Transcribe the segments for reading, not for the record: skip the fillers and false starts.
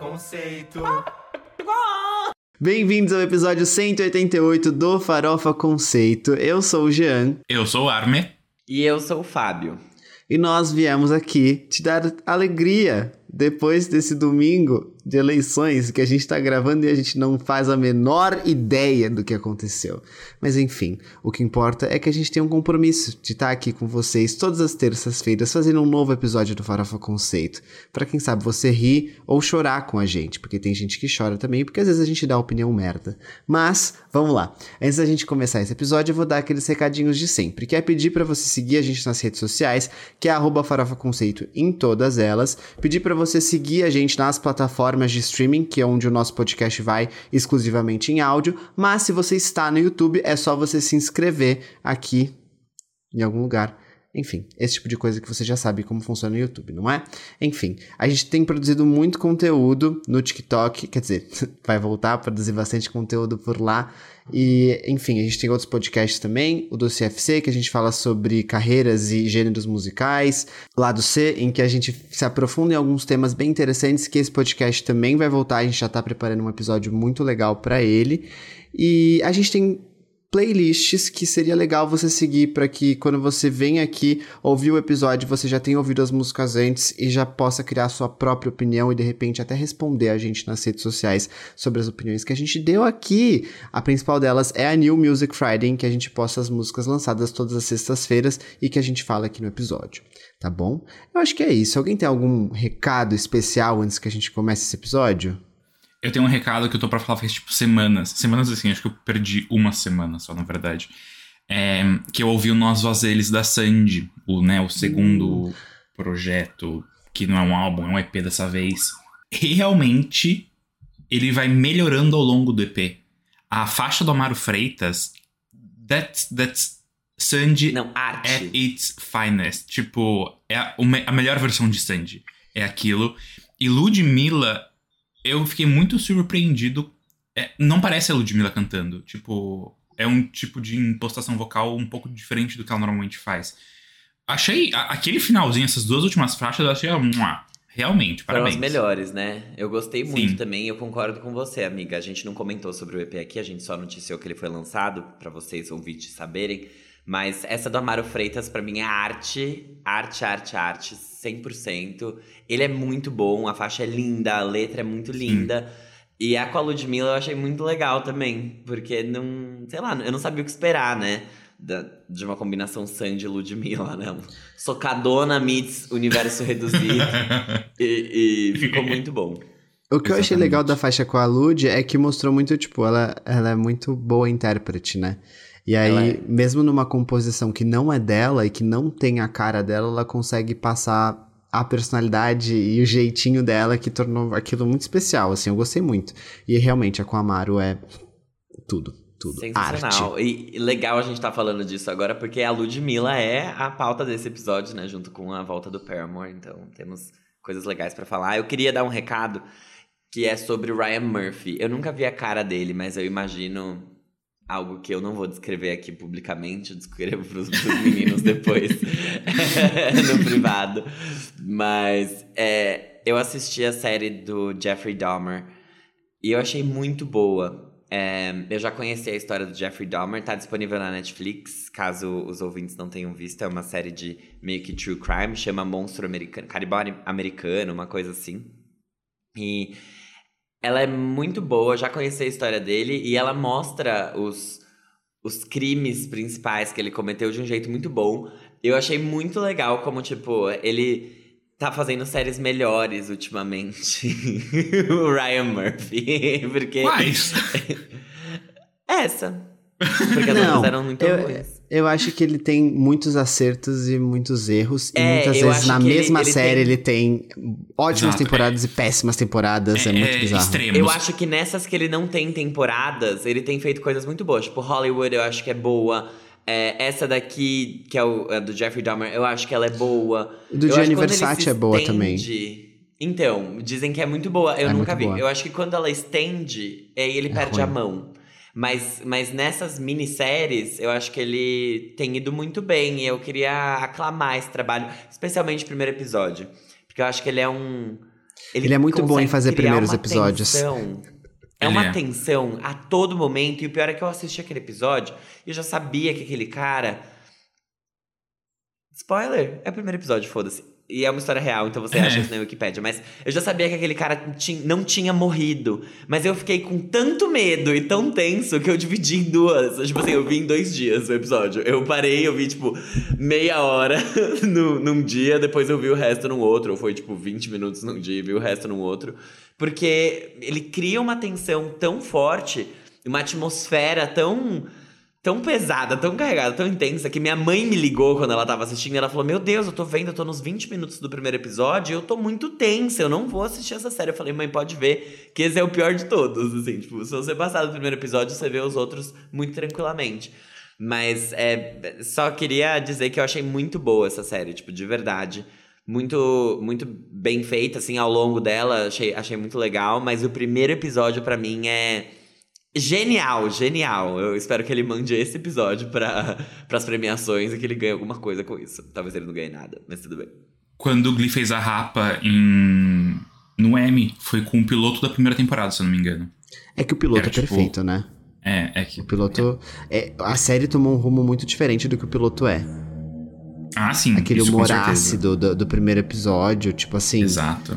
Conceito. Bem-vindos ao episódio 188 do Farofa Conceito. Eu sou o Jean. Eu sou o Arme. E eu sou o Fábio. E nós viemos aqui te dar alegria depois desse domingo de eleições que a gente tá gravando e a gente não faz a menor ideia do que aconteceu. Mas enfim, o que importa é que a gente tem um compromisso de estar aqui com vocês todas as terças-feiras fazendo um novo episódio do Farofa Conceito. Pra quem sabe você rir ou chorar com a gente, porque tem gente que chora também, porque às vezes a gente dá opinião merda. Mas, vamos lá. Antes da gente começar esse episódio, eu vou dar aqueles recadinhos de sempre, que é pedir pra você seguir a gente nas redes sociais, que é @farofaconceito em todas elas, pedir pra você seguir a gente nas plataformas de streaming, que é onde o nosso podcast vai exclusivamente em áudio, mas se você está no YouTube, é só você se inscrever aqui em algum lugar. Enfim, esse tipo de coisa que você já sabe como funciona no YouTube, não é? Enfim, a gente tem produzido muito conteúdo no TikTok, quer dizer, vai voltar a produzir bastante conteúdo por lá. E, enfim, a gente tem outros podcasts também, o do CFC, que a gente fala sobre carreiras e gêneros musicais, Lado C, em que a gente se aprofunda em alguns temas bem interessantes, que esse podcast também vai voltar, a gente já tá preparando um episódio muito legal pra ele. E a gente tem playlists que seria legal você seguir para que quando você vem aqui ouvir o episódio, você já tenha ouvido as músicas antes e já possa criar sua própria opinião e de repente até responder a gente nas redes sociais sobre as opiniões que a gente deu aqui. A principal delas é a New Music Friday, em que a gente posta as músicas lançadas todas as sextas-feiras e que a gente fala aqui no episódio, tá bom? Eu acho que é isso. Alguém tem algum recado especial antes que a gente comece esse episódio? Eu tenho um recado que eu tô pra falar faz, tipo, semanas. Semanas assim, acho que eu perdi uma semana só, na verdade. Que eu ouvi o Nós Vazeles da Sandy, o segundo projeto, que não é um álbum, é um EP dessa vez. E realmente, ele vai melhorando ao longo do EP. A faixa do Amaro Freitas, that's Sandy Não, arte. at its finest. Tipo, é a melhor versão de Sandy. É aquilo. E Ludmilla, eu fiquei muito surpreendido. Não parece a Ludmilla cantando. Tipo, é um tipo de impostação vocal um pouco diferente do que ela normalmente faz. Achei aquele finalzinho, essas duas últimas faixas, eu achei realmente, parabéns. Foram as melhores, né? Eu gostei muito Sim. também, eu concordo com você, amiga. A gente não comentou sobre o EP aqui, a gente só noticiou que ele foi lançado, pra vocês ouvintes saberem. Mas essa do Amaro Freitas, pra mim, é arte, 100%. Ele é muito bom, a faixa é linda, a letra é muito linda. E a com a Ludmilla eu achei muito legal também, porque não, sei lá, eu não sabia o que esperar, né? De uma combinação Sandy e Ludmilla, né? Socadona meets universo reduzido. e ficou muito bom. O que eu achei Exatamente. legal da faixa com a Lud é que mostrou muito, tipo, ela é muito boa intérprete, né? E aí, mesmo numa composição que não é dela e que não tem a cara dela, ela consegue passar a personalidade e o jeitinho dela, que tornou aquilo muito especial, assim, eu gostei muito. E realmente, a com a Amaro é tudo. Sensacional. Arte. E legal a gente tá falando disso agora, porque a Ludmilla é a pauta desse episódio, né? Junto com a volta do Paramore, então temos coisas legais pra falar. Eu queria dar um recado que é sobre o Ryan Murphy. Eu nunca vi a cara dele, mas eu imagino algo que eu não vou descrever aqui publicamente, eu descrevo pros meninos depois, no privado. Mas eu assisti a série do Jeffrey Dahmer e eu achei muito boa. Eu já conheci a história do Jeffrey Dahmer, tá disponível na Netflix, caso os ouvintes não tenham visto. É uma série de meio que true crime, chama Monstro Americano, Canibal Americano, uma coisa assim. E ela é muito boa, já conheci a história dele e ela mostra os crimes principais que ele cometeu de um jeito muito bom. Eu achei muito legal como, tipo, ele tá fazendo séries melhores ultimamente. O Ryan Murphy. Porque... Quais? Essa. Porque as outras eram muito ruins. Eu acho que ele tem muitos acertos e muitos erros. E muitas eu vezes acho na que mesma ele série tem... ele tem ótimas Exato, temporadas e péssimas temporadas. É muito bizarro. Extremos. Eu acho que nessas que ele não tem temporadas, ele tem feito coisas muito boas. Tipo, Hollywood eu acho que é boa. Essa daqui, que é a do Jeffrey Dahmer, eu acho que ela é boa. Do Eu Gianni acho que quando ele Versace se é boa estende... Então, dizem que é muito boa. Eu É nunca muito vi. boa. Eu acho que quando ela estende, aí ele perde ruim. a mão. Mas nessas minisséries, eu acho que ele tem ido muito bem. E eu queria aclamar esse trabalho, especialmente o primeiro episódio. Porque eu acho que ele é um Ele é muito bom em fazer primeiros episódios. É uma tensão a todo momento. E o pior é que eu assisti aquele episódio e eu já sabia que aquele cara... Spoiler, é o primeiro episódio, foda-se. E é uma história real, então você acha isso na Wikipédia. Mas eu já sabia que aquele cara não tinha morrido. Mas eu fiquei com tanto medo e tão tenso que eu dividi em duas. Tipo assim, eu vi em 2 dias o episódio. Eu parei, eu vi, tipo, meia hora num dia. Depois eu vi o resto num outro. Ou foi, tipo, 20 minutos num dia e vi o resto num outro. Porque ele cria uma tensão tão forte, uma atmosfera tão pesada, tão carregada, tão intensa, que minha mãe me ligou quando ela tava assistindo e ela falou, meu Deus, eu tô vendo, eu tô nos 20 minutos do primeiro episódio e eu tô muito tensa, eu não vou assistir essa série. Eu falei, mãe, pode ver que esse é o pior de todos, assim, tipo, se você passar do primeiro episódio, você vê os outros muito tranquilamente. Mas só queria dizer que eu achei muito boa essa série, tipo, de verdade. Muito, muito bem feita, assim, ao longo dela, achei muito legal, mas o primeiro episódio pra mim é... Genial. Eu espero que ele mande esse episódio pras premiações e que ele ganhe alguma coisa com isso. Talvez ele não ganhe nada, mas tudo bem. Quando o Glee fez a Rapa no Emmy, foi com o piloto da primeira temporada, se eu não me engano. É que o piloto é perfeito, né? É que... O piloto... a série tomou um rumo muito diferente do que o piloto é. Ah, sim. Aquele isso humor ácido do primeiro episódio, tipo assim... Exato.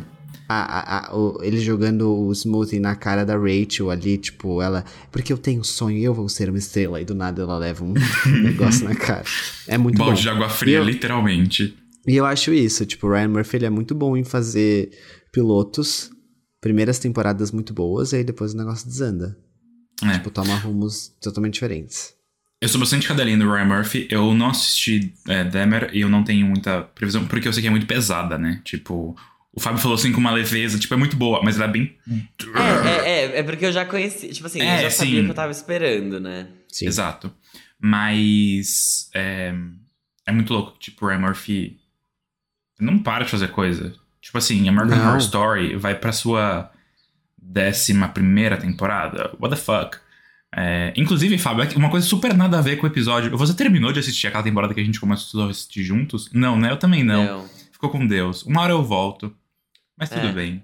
Ele jogando o smoothie na cara da Rachel ali, tipo, ela... Porque eu tenho um sonho, eu vou ser uma estrela. E do nada ela leva um negócio na cara. É muito bom. Balde de água fria, literalmente. E eu acho isso, tipo, o Ryan Murphy, ele é muito bom em fazer pilotos, primeiras temporadas muito boas, e aí depois o negócio desanda. Tipo, toma rumos totalmente diferentes. Eu sou bastante cadelinha do Ryan Murphy. Eu não assisti Dahmer e eu não tenho muita previsão, porque eu sei que é muito pesada, né? Tipo... O Fábio falou assim com uma leveza, tipo, é muito boa, mas ela é bem... É porque eu já conheci, tipo assim, eu já sabia que eu tava esperando, né? Sim. Exato. Mas é muito louco, tipo, o Ryan Murphy não para de fazer coisa. Tipo assim, American Horror Story vai pra sua 11ª temporada. What the fuck? Inclusive, Fábio, uma coisa super nada a ver com o episódio. Você terminou de assistir aquela temporada que a gente começou a assistir juntos? Não, né? Eu também não. Ficou com Deus. Uma hora eu volto. Mas tudo bem.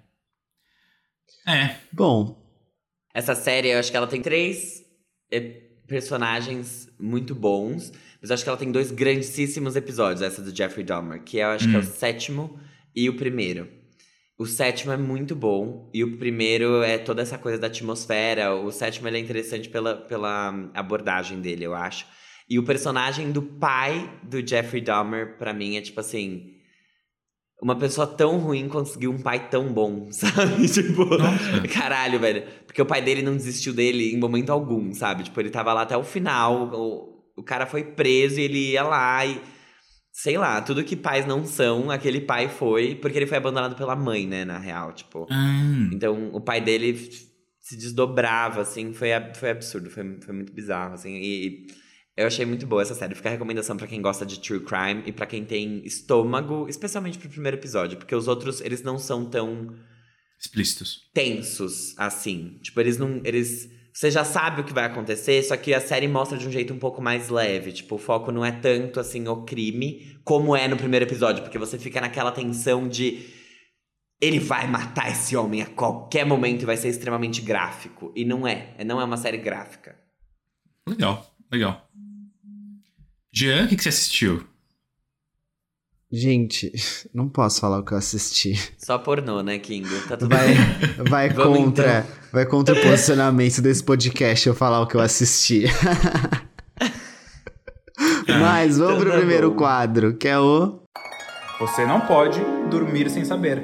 Bom. Essa série, eu acho que ela tem 3 personagens muito bons. Mas eu acho que ela tem 2 grandíssimos episódios. Essa do Jeffrey Dahmer. Que eu acho que é o 7º e o 1º. O 7º é muito bom. E o 1º é toda essa coisa da atmosfera. O 7º ele é interessante pela abordagem dele, eu acho. E o personagem do pai do Jeffrey Dahmer, pra mim, é tipo assim... Uma pessoa tão ruim conseguiu um pai tão bom, sabe? Tipo, caralho, velho. Porque o pai dele não desistiu dele em momento algum, sabe? Tipo, ele tava lá até o final, o cara foi preso e ele ia lá e... Sei lá, tudo que pais não são, aquele pai foi... Porque ele foi abandonado pela mãe, né, na real, tipo... Então, o pai dele se desdobrava, assim, foi absurdo, foi muito bizarro, assim, e eu achei muito boa essa série. Fica a recomendação pra quem gosta de true crime e pra quem tem estômago, especialmente pro primeiro episódio, porque os outros, eles não são tão... explícitos. Tensos, assim. Tipo, você já sabe o que vai acontecer, só que a série mostra de um jeito um pouco mais leve. Tipo, o foco não é tanto, assim, o crime, como é no primeiro episódio. Porque você fica naquela tensão de... Ele vai matar esse homem a qualquer momento e vai ser extremamente gráfico. E não é uma série gráfica. Legal. Jean, o que você assistiu? Gente, não posso falar o que eu assisti. Só pornô, né, Kingo? Tá tudo bem. Vai contra o posicionamento desse podcast eu falar o que eu assisti. Mas vamos pro primeiro quadro, que é o... Você não pode dormir sem saber.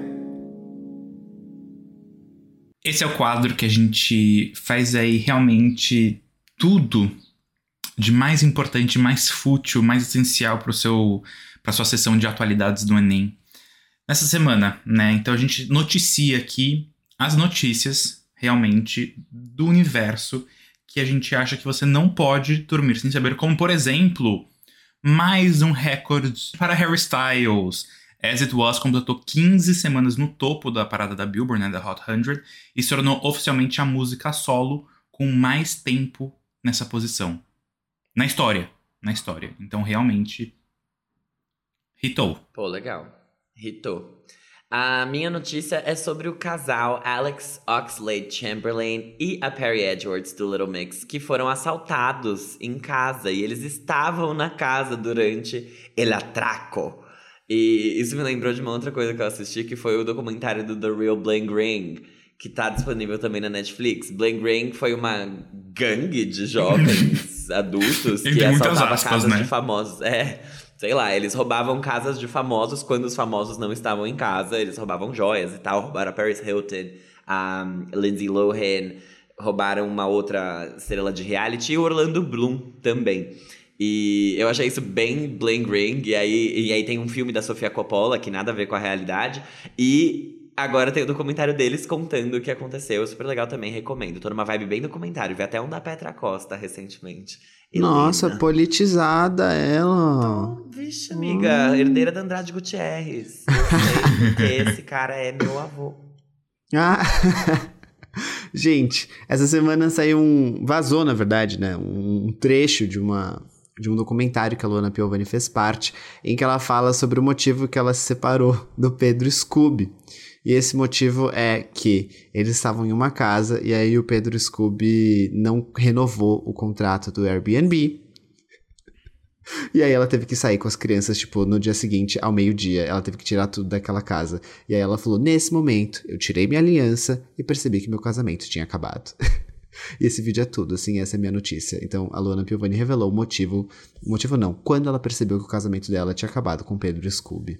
Esse é o quadro que a gente faz aí realmente tudo de mais importante, mais fútil, mais essencial para sua sessão de atualidades do Enem. Nessa semana, né? Então a gente noticia aqui as notícias, realmente, do universo que a gente acha que você não pode dormir sem saber. Como, por exemplo, mais um recorde para Harry Styles. As It Was completou 15 semanas no topo da parada da Billboard, né? Da Hot 100. E se tornou oficialmente a música solo com mais tempo nessa posição. Na história. Então, realmente, hitou. Pô, legal. Hitou. A minha notícia é sobre o casal Alex Oxlade-Chamberlain e a Perry Edwards do Little Mix, que foram assaltados em casa. E eles estavam na casa durante el atraco. E isso me lembrou de uma outra coisa que eu assisti, que foi o documentário do The Real Bling Ring, que tá disponível também na Netflix. Bling Ring foi uma gangue de jovens adultos que assaltava casas de famosos. Sei lá, eles roubavam casas de famosos quando os famosos não estavam em casa. Eles roubavam joias e tal. Roubaram a Paris Hilton, a Lindsay Lohan. Roubaram uma outra estrela de reality e o Orlando Bloom também. E eu achei isso bem Bling Ring. E aí tem um filme da Sofia Coppola, que nada a ver com a realidade. E agora tem o documentário deles contando o que aconteceu. Super legal também, recomendo. Tô numa vibe bem documentário. Vi até um da Petra Costa recentemente. Nossa, Helena. politizada ela. Vixe, amiga, herdeira da Andrade Gutierrez. Eu sei porque esse cara é meu avô. Ah, gente, essa semana saiu vazou, na verdade, né? Um trecho de um documentário que a Luana Piovani fez parte, em que ela fala sobre o motivo que ela se separou do Pedro Scooby. E esse motivo é que eles estavam em uma casa e aí o Pedro Scooby não renovou o contrato do Airbnb. E aí ela teve que sair com as crianças, tipo, no dia seguinte, ao meio-dia. Ela teve que tirar tudo daquela casa. E aí ela falou, nesse momento, eu tirei minha aliança e percebi que meu casamento tinha acabado. E esse vídeo é tudo, assim, essa é a minha notícia. Então, a Luana Piovani revelou o motivo não, quando ela percebeu que o casamento dela tinha acabado com o Pedro Scooby.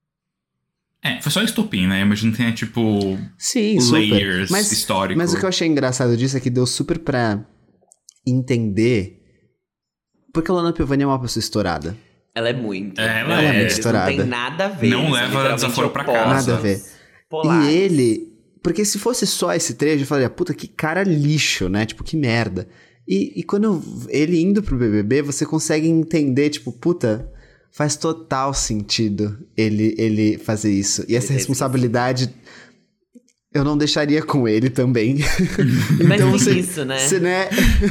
Foi só estopim, né? Eu imagino que tenha, tipo, sim, layers históricos. Mas o que eu achei engraçado disso é que deu super pra entender... Porque a Luana Piovani é uma pessoa estourada. Ela é muito. Ela é muito estourada. Não tem nada a ver. Não leva desaforo pra casa. Nada a ver. Polares. E ele... Porque se fosse só esse trecho, eu falaria, puta, que cara lixo, né? Tipo, que merda. E quando ele indo pro BBB, você consegue entender, tipo, puta... Faz total sentido ele fazer isso. E essa responsabilidade eu não deixaria com ele também. Então, mas tem isso, né? Você, né?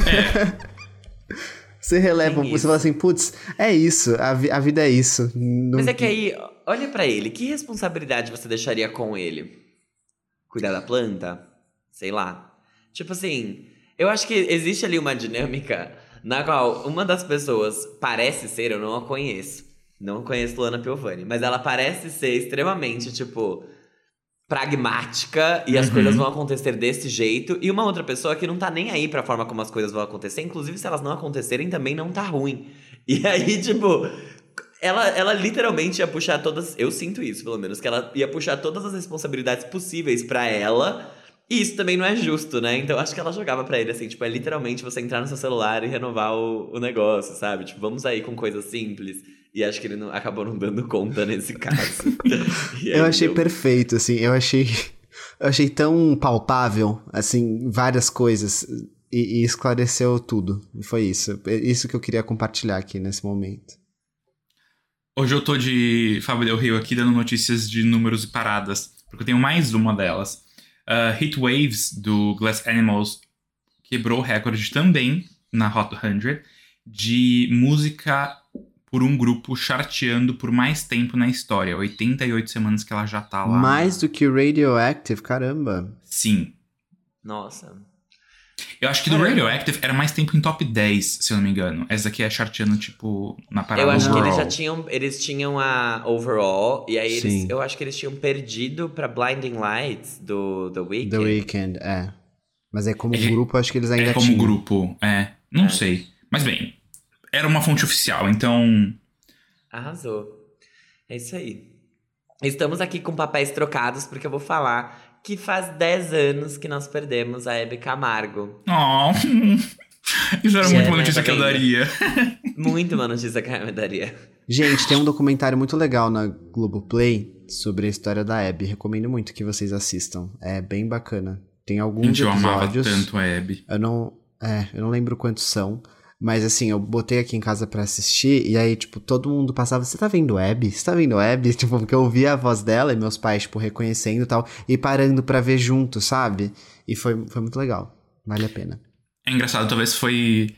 Você releva, você fala assim, putz, é isso, a vida é isso. Mas é que aí, olha pra ele, que responsabilidade você deixaria com ele? Cuidar da planta? Sei lá. Tipo assim, eu acho que existe ali uma dinâmica na qual uma das pessoas parece ser, eu não a conheço. Não conheço Luana Piovani, mas ela parece ser extremamente, tipo, pragmática e as coisas vão acontecer desse jeito. E uma outra pessoa que não tá nem aí pra forma como as coisas vão acontecer. Inclusive, se elas não acontecerem, também não tá ruim. E aí, tipo, ela literalmente ia puxar todas... Eu sinto isso, pelo menos, que ela ia puxar todas as responsabilidades possíveis pra ela. E isso também não é justo, né? Então, acho que ela jogava pra ele, assim, tipo, é literalmente você entrar no seu celular e renovar o negócio, sabe? Tipo, vamos aí com coisas simples. E acho que ele acabou não dando conta nesse caso. Eu achei perfeito, assim. Eu achei tão palpável, assim, várias coisas. E esclareceu tudo. E foi isso. É isso que eu queria compartilhar aqui nesse momento. Hoje eu tô de Fábio Del Rio aqui dando notícias de números e paradas. Porque eu tenho mais uma delas. Heat Waves, do Glass Animals, quebrou o recorde também na Hot 100 de música... por um grupo charteando por mais tempo na história. 88 semanas que ela já tá lá. Mais do que Radioactive, caramba. Sim. Nossa. Eu acho que do Radioactive era mais tempo em top 10, se eu não me engano. Essa aqui é charteando, tipo, na parada. Eu acho overall. que eles tinham a overall, e aí eu acho que eles tinham perdido pra Blinding Lights do The Weeknd. The Weeknd, é. Mas como grupo, acho que eles ainda tinham. Como grupo, não sei. Mas bem... Era uma fonte oficial, então... Arrasou. É isso aí. Estamos aqui com papéis trocados, porque eu vou falar que faz 10 anos que nós perdemos a Hebe Camargo. Oh, isso era muito uma notícia que eu daria. Muito uma notícia que eu daria. Gente, tem um documentário muito legal na Globoplay sobre a história da Hebe. Recomendo muito que vocês assistam. É bem bacana. Tem alguns episódios... Eu amava tanto a Hebe. Eu não lembro quantos são. Mas assim, eu botei aqui em casa pra assistir, e aí, tipo, todo mundo passava, você tá vendo Abby? Você tá vendo Abby? Tipo, porque eu ouvia a voz dela e meus pais, tipo, reconhecendo e tal, e parando pra ver junto, sabe? E foi muito legal. Vale a pena. É engraçado, talvez foi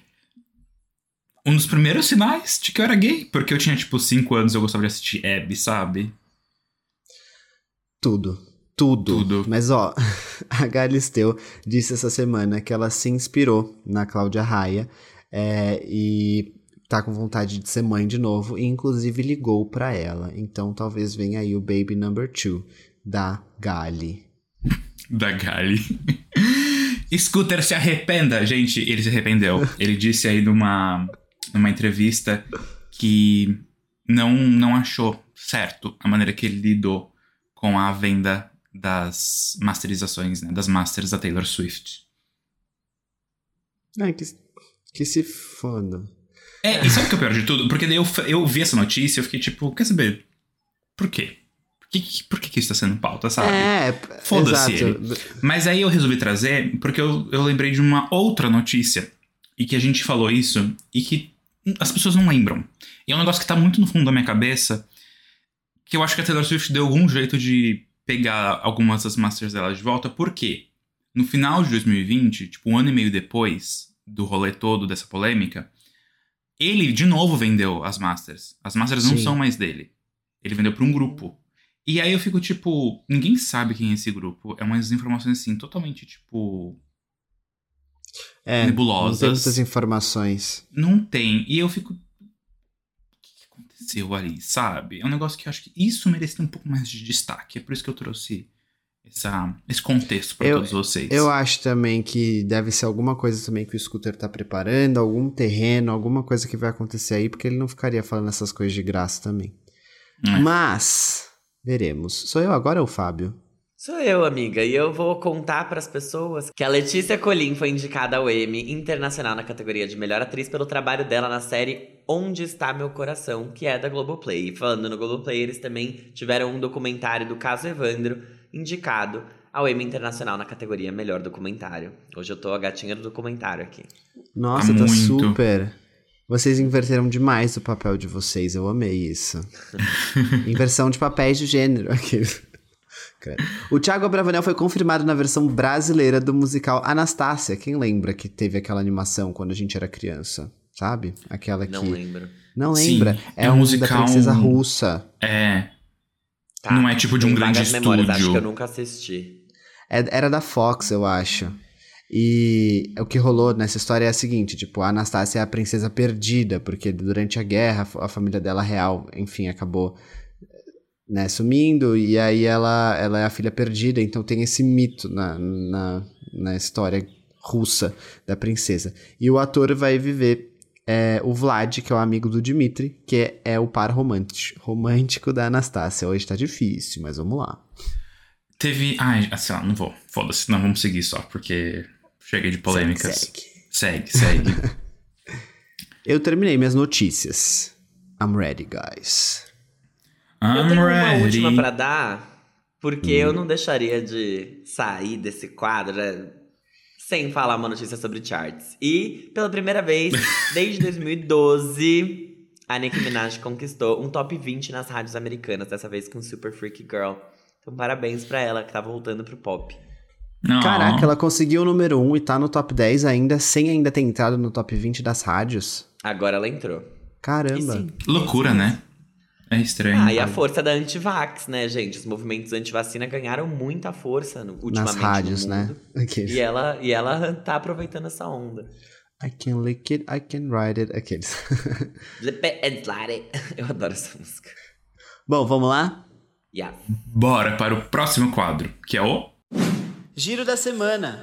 um dos primeiros sinais de que eu era gay, porque eu tinha, tipo, 5 anos e eu gostava de assistir Abby, sabe? Tudo. Mas ó, a Galisteu disse essa semana que ela se inspirou na Cláudia Raia e tá com vontade de ser mãe de novo e inclusive ligou pra ela. Então talvez venha aí o Baby Number 2 da Gali. Da Gali. Scooter se arrependa. Gente, ele se arrependeu. Ele disse aí numa entrevista que não achou certo a maneira que ele lidou com a venda das masterizações, né, das masters da Taylor Swift. Que se foda. E sabe o que é o pior de tudo? Porque daí eu vi essa notícia e eu fiquei tipo, quer saber, por quê? Por que isso tá sendo pauta, sabe? Foda-se ele. Mas aí eu resolvi trazer porque eu lembrei de uma outra notícia e que a gente falou isso e que as pessoas não lembram. E é um negócio que tá muito no fundo da minha cabeça, que eu acho que a Taylor Swift deu algum jeito de pegar algumas das masters dela de volta, porque no final de 2020, tipo um ano e meio depois do rolê todo dessa polêmica, ele de novo vendeu as masters. As masters não são mais dele. Ele vendeu pra um grupo. E aí eu fico tipo, ninguém sabe quem é esse grupo. É umas informações assim, totalmente tipo nebulosas. Não tem muitas informações. Não tem. E eu fico, aconteceu ali, sabe? É um negócio que eu acho que isso merece um pouco mais de destaque. É por isso que eu trouxe esse contexto pra todos vocês. Eu acho também que deve ser alguma coisa também que o Scooter tá preparando, algum terreno, alguma coisa que vai acontecer aí, porque ele não ficaria falando essas coisas de graça também. Mas, veremos. Sou eu agora ou o Fábio? Sou eu, amiga, e eu vou contar pras pessoas que a Letícia Colin foi indicada ao Emmy Internacional na categoria de Melhor Atriz pelo trabalho dela na série Onde Está Meu Coração, que é da Globoplay. E falando no Globoplay, eles também tiveram um documentário do caso Evandro indicado ao Emmy Internacional na categoria Melhor Documentário. Hoje eu tô a gatinha do documentário aqui. Nossa, tá super. Vocês inverteram demais o papel de vocês, eu amei isso. Inversão de papéis de gênero. O Thiago Abravanel foi confirmado na versão brasileira do musical Anastácia. Quem lembra que teve aquela animação quando a gente era criança? Sabe? Aquela que... Não lembro. Não lembra? Sim, é um musical da princesa russa. Tá, não é tipo de um grande estúdio. Acho que eu nunca assisti. Era da Fox, eu acho. E o que rolou nessa história é a seguinte, tipo, a Anastácia é a princesa perdida, porque durante a guerra a família dela real, enfim, acabou, né, sumindo, e aí ela é a filha perdida, então tem esse mito na história russa da princesa. E o ator vai viver o Vlad, que é o amigo do Dmitry, que é o par romântico da Anastácia. Hoje tá difícil, mas vamos lá. Teve... sei lá, não vou. Foda-se, não, vamos seguir só, porque cheguei de polêmicas. Segue. Eu terminei minhas notícias. I'm ready, guys. Eu tenho uma última pra dar, porque eu não deixaria de sair desse quadro sem falar uma notícia sobre charts. E, pela primeira vez, desde 2012, a Nicki Minaj conquistou um top 20 nas rádios americanas, dessa vez com Super Freaky Girl. Então, parabéns pra ela, que tá voltando pro pop. Não. Caraca, ela conseguiu o número 1 e tá no top 10 ainda, sem ainda ter entrado no top 20 das rádios. Agora ela entrou. Caramba. Loucura, né? É estranho. E a força da anti-vax, né, gente? Os movimentos anti-vacina ganharam muita força ultimamente nas rádios, no mundo. Né? Okay. E ela tá aproveitando essa onda. I can lick it, I can ride it. Aqueles. Flip it and slide it. Eu adoro essa música. Bom, vamos lá? Yeah. Bora para o próximo quadro, que é o... Giro da Semana.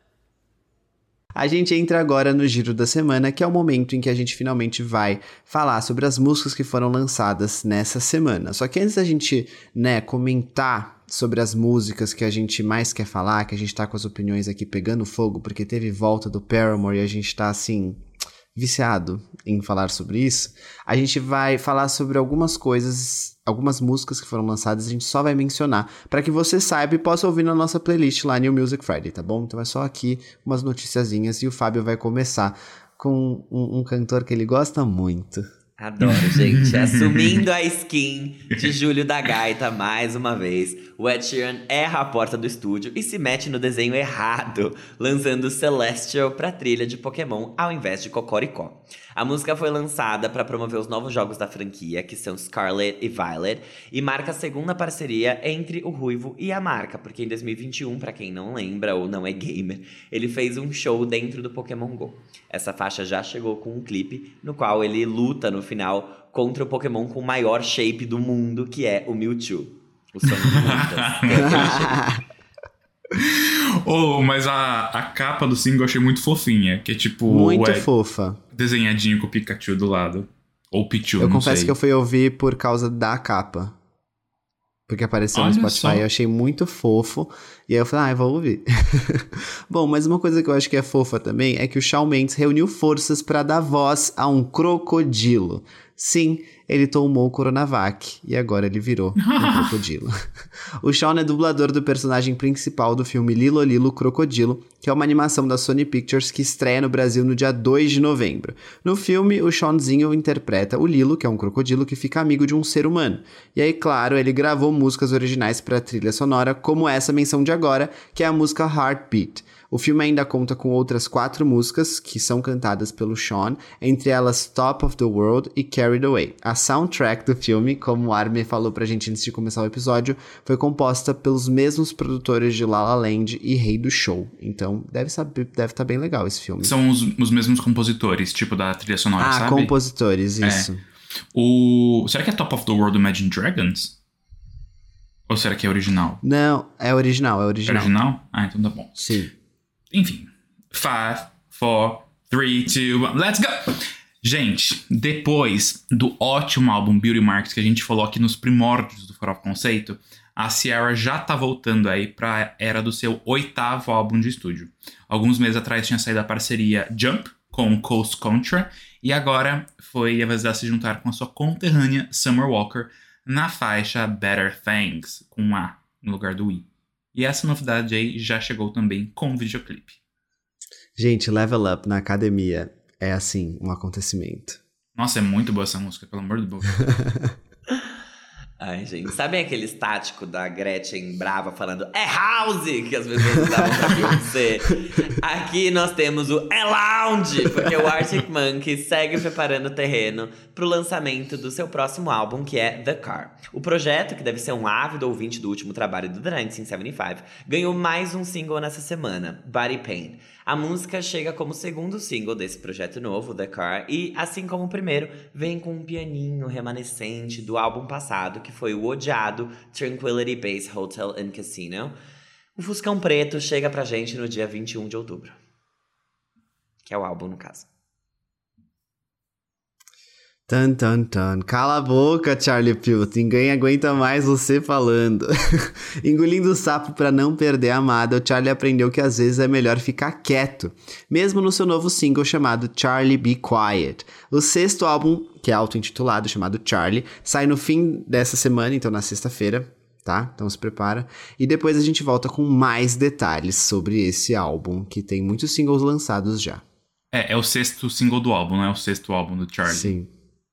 A gente entra agora no Giro da Semana, que é o momento em que a gente finalmente vai falar sobre as músicas que foram lançadas nessa semana. Só que antes da gente, comentar sobre as músicas que a gente mais quer falar, que a gente tá com as opiniões aqui pegando fogo, porque teve volta do Paramore e a gente tá, assim, viciado em falar sobre isso, a gente vai falar sobre algumas coisas, algumas músicas que foram lançadas, a gente só vai mencionar, para que você saiba e possa ouvir na nossa playlist lá, New Music Friday, tá bom? Então é só aqui umas noticiazinhas e o Fábio vai começar com um cantor que ele gosta muito. Adoro, gente. Assumindo a skin de Júlio da Gaita mais uma vez, o Ed Sheeran erra a porta do estúdio e se mete no desenho errado, lançando Celestial pra trilha de Pokémon ao invés de Cocoricó. A música foi lançada para promover os novos jogos da franquia, que são Scarlet e Violet, e marca a segunda parceria entre o Ruivo e a marca, porque em 2021, pra quem não lembra ou não é gamer, ele fez um show dentro do Pokémon GO. Essa faixa já chegou com um clipe no qual ele luta no final contra o Pokémon com o maior shape do mundo, que é o Mewtwo. O som de muitas. Tem aquele shape. Oh, mas a capa do single eu achei muito fofinha. Que é tipo... Muito fofa. Desenhadinho com o Pikachu do lado. Ou Pichu, Eu não confesso sei. que eu fui ouvir por causa da capa. Porque apareceu no Olha Spotify só. e eu achei muito fofo. E aí eu falei, eu vou ouvir. Bom, mas uma coisa que eu acho que é fofa também é que o Shawn Mendes reuniu forças pra dar voz a um crocodilo. Sim, ele tomou o Coronavac e agora ele virou um crocodilo. O Shawn é dublador do personagem principal do filme Lilo Lilo Crocodilo, que é uma animação da Sony Pictures que estreia no Brasil no dia 2 de novembro. No filme, o Shawnzinho interpreta o Lilo, que é um crocodilo que fica amigo de um ser humano. E aí, claro, ele gravou músicas originais para a trilha sonora, como essa menção de agora, que é a música Heartbeat. O filme ainda conta com outras 4 músicas que são cantadas pelo Shawn, entre elas Top of the World e Carried Away. A soundtrack do filme, como o Armin falou pra gente antes de começar o episódio, foi composta pelos mesmos produtores de La La Land e Rei do Show. Então, deve estar bem legal esse filme. São os mesmos compositores, tipo da trilha sonora, sabe? Compositores, isso. Será que é Top of the World do Imagine Dragons? Ou será que é original? Não, é original. É original? Ah, então tá bom. Sim. Enfim. 5, 4, 3, 2, 1, let's go! Gente, depois do ótimo álbum Beauty Marks que a gente falou aqui nos primórdios do Farofa Conceito, a Ciara já tá voltando aí pra era do seu 8º álbum de estúdio. Alguns meses atrás tinha saído a parceria Jump com Coast Contra e agora foi avisar se juntar com a sua conterrânea Summer Walker na faixa Better Things, com um A no lugar do I. E essa novidade aí já chegou também com o videoclipe. Gente, Level Up na academia é, assim, um acontecimento. Nossa, é muito boa essa música, pelo amor de Deus. Ai, gente, sabem aquele estático da Gretchen brava falando é house, que as pessoas usavam pra Beyoncé? Aqui nós temos o é lounge, porque o Arctic Monkeys segue preparando o terreno pro lançamento do seu próximo álbum, que é The Car. O projeto, que deve ser um ávido ouvinte do último trabalho do The 1975, ganhou mais um single nessa semana, Body Pain. A música chega como segundo single desse projeto novo, The Car, e, assim como o primeiro, vem com um pianinho remanescente do álbum passado, que foi o odiado Tranquility Base Hotel and Casino. O Fuscão Preto chega pra gente no dia 21 de outubro. Que é o álbum, no caso. Tan, tan, tan. Cala a boca, Charlie Puth. Ninguém aguenta mais você falando. Engolindo o sapo pra não perder a amada, o Charlie aprendeu que às vezes é melhor ficar quieto. Mesmo no seu novo single chamado Charlie Be Quiet. O 6º álbum, que é auto-intitulado, chamado Charlie, sai no fim dessa semana, então na sexta-feira, tá? Então se prepara. E depois a gente volta com mais detalhes sobre esse álbum, que tem muitos singles lançados já. É o 6º single do álbum, não é o 6º álbum do Charlie. Sim.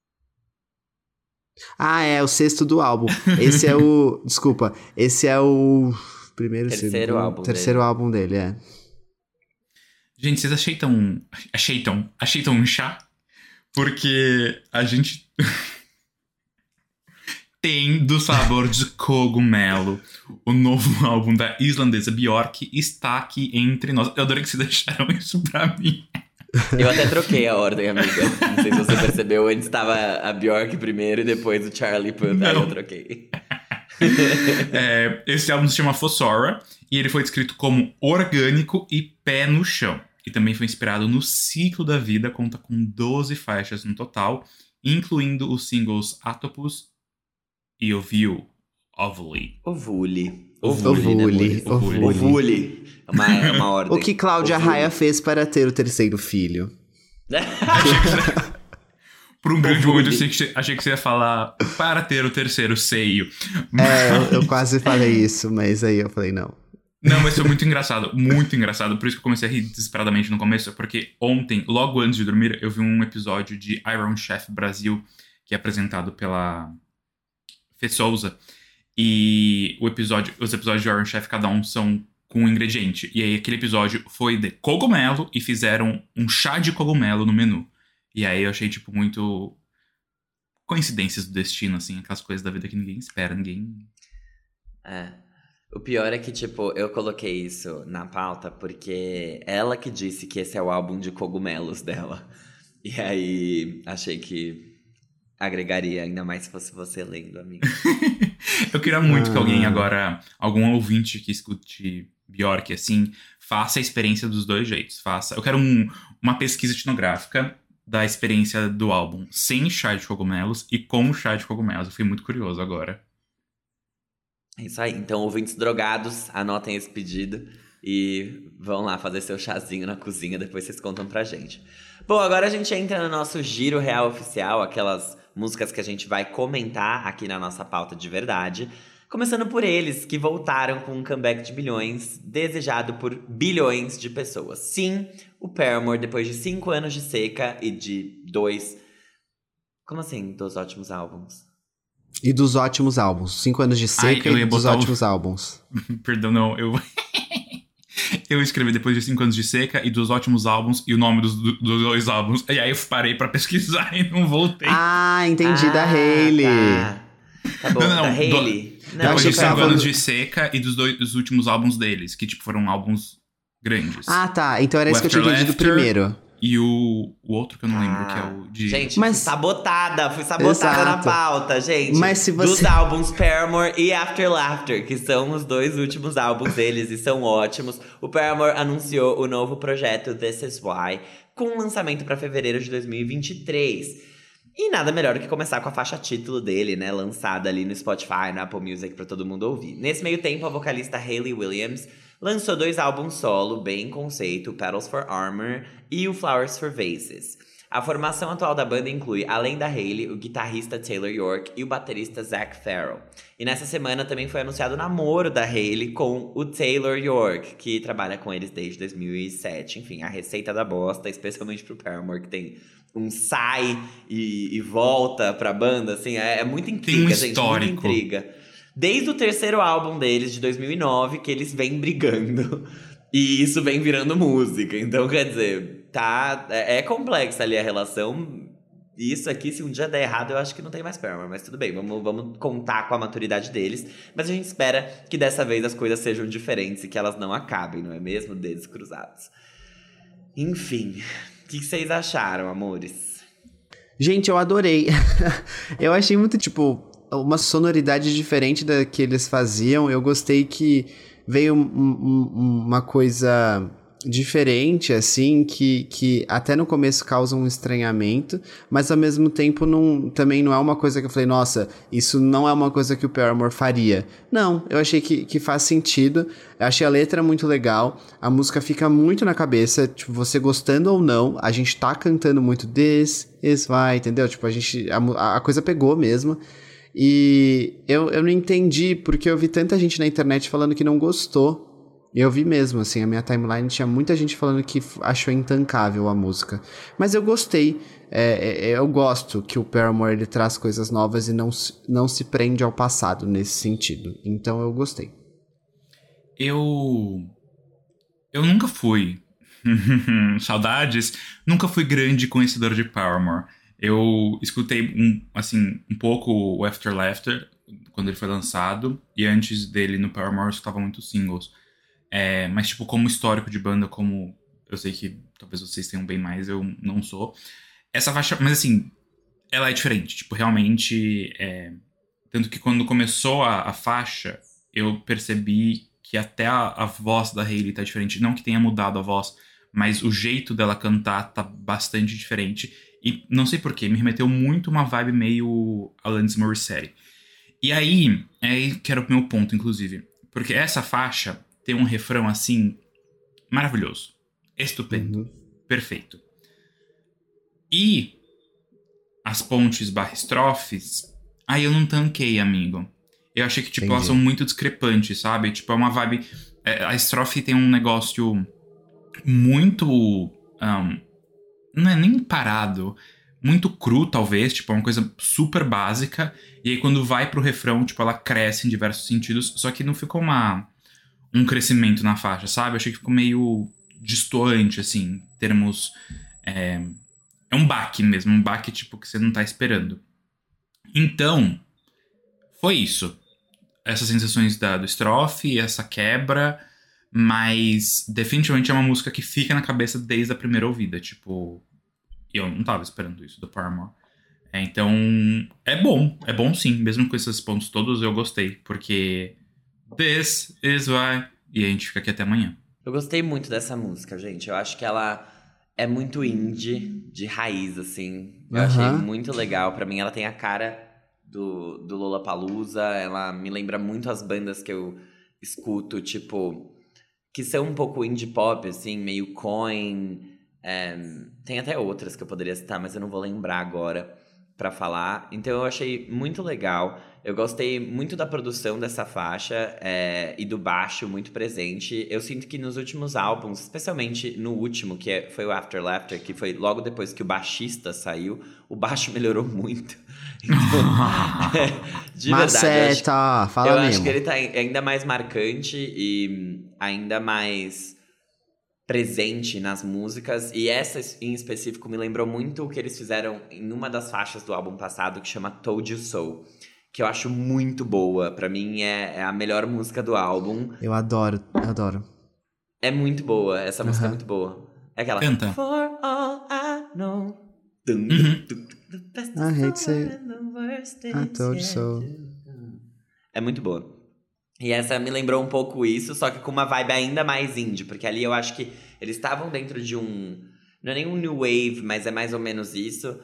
Ah, é o 6º do álbum. Esse é o... Desculpa. Esse é o... Terceiro álbum dele, é. Gente, vocês acheitam um chá? Porque a gente tem do sabor de cogumelo. O novo álbum da islandesa Björk está aqui entre nós. Eu adorei que vocês deixaram isso pra mim. Eu até troquei a ordem, amiga. Não sei se você percebeu. Antes estava a Björk primeiro e depois o Charlie Puth. Aí eu troquei. Esse álbum se chama Fossora e ele foi descrito como orgânico e pé no chão. E também foi inspirado no ciclo da vida, conta com 12 faixas no total, incluindo os singles Atopus e Ovule. Ovule. É uma ordem. O que Cláudia Raia fez para ter o 3º filho. Por um grande momento eu achei que você ia falar para ter o 3º seio. Eu quase falei isso, mas aí eu falei não. Não, mas foi muito engraçado. Muito engraçado. Por isso que eu comecei a rir desesperadamente no começo. Porque ontem, logo antes de dormir, eu vi um episódio de Iron Chef Brasil, que é apresentado pela Fê Souza. E os episódios de Iron Chef, cada um são com um ingrediente. E aí aquele episódio foi de cogumelo e fizeram um chá de cogumelo no menu. E aí eu achei, tipo, muito coincidências do destino, assim. Aquelas coisas da vida que ninguém espera, ninguém... É. O pior é que, tipo, eu coloquei isso na pauta porque ela que disse que esse é o álbum de cogumelos dela. E aí, achei que agregaria ainda mais se fosse você lendo, amigo. Eu queria muito que alguém agora, algum ouvinte que escute Bjork, assim, faça a experiência dos dois jeitos. Eu quero uma pesquisa etnográfica da experiência do álbum sem chá de cogumelos e com chá de cogumelos. Eu fui muito curioso agora. É isso aí. Então, ouvintes drogados, anotem esse pedido e vão lá fazer seu chazinho na cozinha, depois vocês contam pra gente. Bom, agora a gente entra no nosso Giro Real Oficial, aquelas músicas que a gente vai comentar aqui na nossa pauta de verdade. Começando por eles, que voltaram com um comeback de bilhões, desejado por bilhões de pessoas. Sim, o Paramore, depois de 5 anos de seca e de 2... Como assim, 2 ótimos álbuns? E dos ótimos álbuns. 5 anos de seca e dos ótimos álbuns. Perdão, não. Eu escrevi depois de 5 anos de seca e dos ótimos álbuns e o nome dos 2 álbuns. E aí eu parei pra pesquisar e não voltei. Ah, entendi. Da Hailey. Tá bom, da Hailey. Depois de 5 anos de seca e dos últimos álbuns deles, que tipo foram álbuns grandes. Ah, tá. Então era isso que eu tinha entendido primeiro. E o outro que eu não lembro, que é o de... Gente, fui sabotada na pauta, gente. Mas se você... Dos álbuns Paramore e After Laughter, que são os 2 últimos álbuns deles e são ótimos. O Paramore anunciou o novo projeto This Is Why, com lançamento para fevereiro de 2023. E nada melhor do que começar com a faixa título dele, né? Lançada ali no Spotify, no Apple Music, pra todo mundo ouvir. Nesse meio tempo, a vocalista Hayley Williams lançou 2 álbuns solo, bem em conceito, o Petals for Armor e o Flowers for Vases. A formação atual da banda inclui, além da Hayley, o guitarrista Taylor York e o baterista Zach Farrell. E nessa semana também foi anunciado o namoro da Hayley com o Taylor York, que trabalha com eles desde 2007. Enfim, a receita da bosta, especialmente pro Paramore, que tem um sai e volta pra banda, assim, é muita intriga, tem um gente, histórico. Muita intriga. Desde o 3º álbum deles, de 2009, que eles vêm brigando. E isso vem virando música. Então, quer dizer, tá... É complexa ali a relação. E isso aqui, se um dia der errado, eu acho que não tem mais Paramore. Mas tudo bem, vamos contar com a maturidade deles. Mas a gente espera que dessa vez as coisas sejam diferentes e que elas não acabem, não é mesmo? Dedos cruzados. Enfim, o que vocês acharam, amores? Gente, eu adorei. Eu achei muito, tipo... uma sonoridade diferente da que eles faziam. Eu gostei que veio uma coisa diferente, assim, que até no começo causa um estranhamento, mas ao mesmo tempo também não é uma coisa que eu falei, nossa, isso não é uma coisa que o Paramore faria. Não, eu achei que faz sentido. Eu achei a letra muito legal, a música fica muito na cabeça, tipo, você gostando ou não, a gente tá cantando muito This Is Why, entendeu? Tipo, a coisa pegou mesmo. E eu não entendi, porque eu vi tanta gente na internet falando que não gostou. Eu vi mesmo, assim, a minha timeline tinha muita gente falando que achou intancável a música. Mas eu gostei, eu gosto que o Paramore ele traz coisas novas e não se prende ao passado nesse sentido. Então eu gostei. Eu nunca fui, saudades, nunca fui grande conhecedor de Paramore. Eu escutei um pouco o After Laughter quando ele foi lançado, e antes dele no Paramore eu escutava muitos singles. Mas tipo, como histórico de banda, como eu sei que talvez vocês tenham bem mais, eu não sou. Essa faixa, mas assim, ela é diferente, tipo, realmente, tanto que quando começou a faixa, eu percebi que até a voz da Hayley tá diferente, não que tenha mudado a voz, mas o jeito dela cantar tá bastante diferente. E não sei porquê, me remeteu muito uma vibe meio Alanis Morissette. E aí que era o meu ponto, inclusive. Porque essa faixa tem um refrão, assim, maravilhoso. Estupendo. Perfeito. E as pontes / estrofes, aí eu não tanquei, amigo. Eu achei que, tipo, elas são muito discrepantes, sabe? Tipo, é uma vibe A estrofe tem um negócio muito... não é nem parado, muito cru, talvez, tipo, é uma coisa super básica. E aí, quando vai pro refrão, tipo, ela cresce em diversos sentidos. Só que não ficou um crescimento na faixa, sabe? Eu achei que ficou meio destoante, assim, em termos... É um baque mesmo, um baque, tipo, que você não tá esperando. Então, foi isso. Essas sensações do estrofe, essa quebra... Mas definitivamente é uma música que fica na cabeça desde a primeira ouvida. Tipo, eu não tava esperando isso do Paramore. Então, é bom sim. Mesmo com esses pontos todos, eu gostei. Porque this is why... E a gente fica aqui até amanhã. Eu gostei muito dessa música, gente. Eu acho que ela é muito indie, de raiz, assim. Eu achei muito legal. Pra mim, ela tem a cara do Lollapalooza. Ela me lembra muito as bandas que eu escuto, tipo... que são um pouco indie pop, assim, meio Coin. Tem até outras que eu poderia citar, mas eu não vou lembrar agora pra falar. Então eu achei muito legal. Eu gostei muito da produção dessa faixa e do baixo muito presente. Eu sinto que nos últimos álbuns, especialmente no último, que foi o After Laughter, que foi logo depois que o baixista saiu, o baixo melhorou muito. Então, de Maceta, fala eu mesmo. acho que ele tá ainda mais marcante e ainda mais presente nas músicas. E essa em específico me lembrou muito o que eles fizeram em uma das faixas do álbum passado, que chama Told You So, que eu acho muito boa. Pra mim é a melhor música do álbum. Eu adoro. É muito boa, essa música é muito boa. É aquela... Canta. For all I know. I hate to say it. I told you so. É muito boa. E essa me lembrou um pouco isso, só que com uma vibe ainda mais indie. Porque ali eu acho que eles estavam dentro de não é nem um new wave, mas é mais ou menos isso.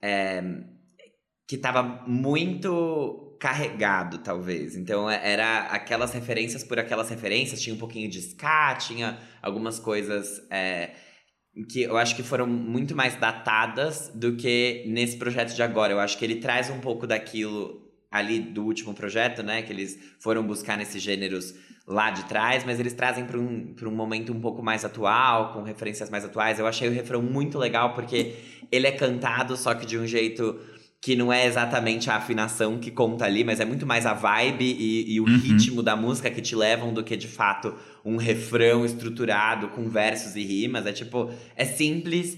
Que tava muito carregado, talvez. Então era aquelas referências por aquelas referências. Tinha um pouquinho de ska, tinha algumas coisas... que eu acho que foram muito mais datadas do que nesse projeto de agora. Eu acho que ele traz um pouco daquilo ali do último projeto, né? Que eles foram buscar nesses gêneros lá de trás, mas eles trazem para um momento um pouco mais atual, com referências mais atuais. Eu achei o refrão muito legal, porque ele é cantado, só que de um jeito que não é exatamente a afinação que conta ali, mas é muito mais a vibe e o ritmo da música que te levam do que, de fato, um refrão estruturado com versos e rimas. É simples,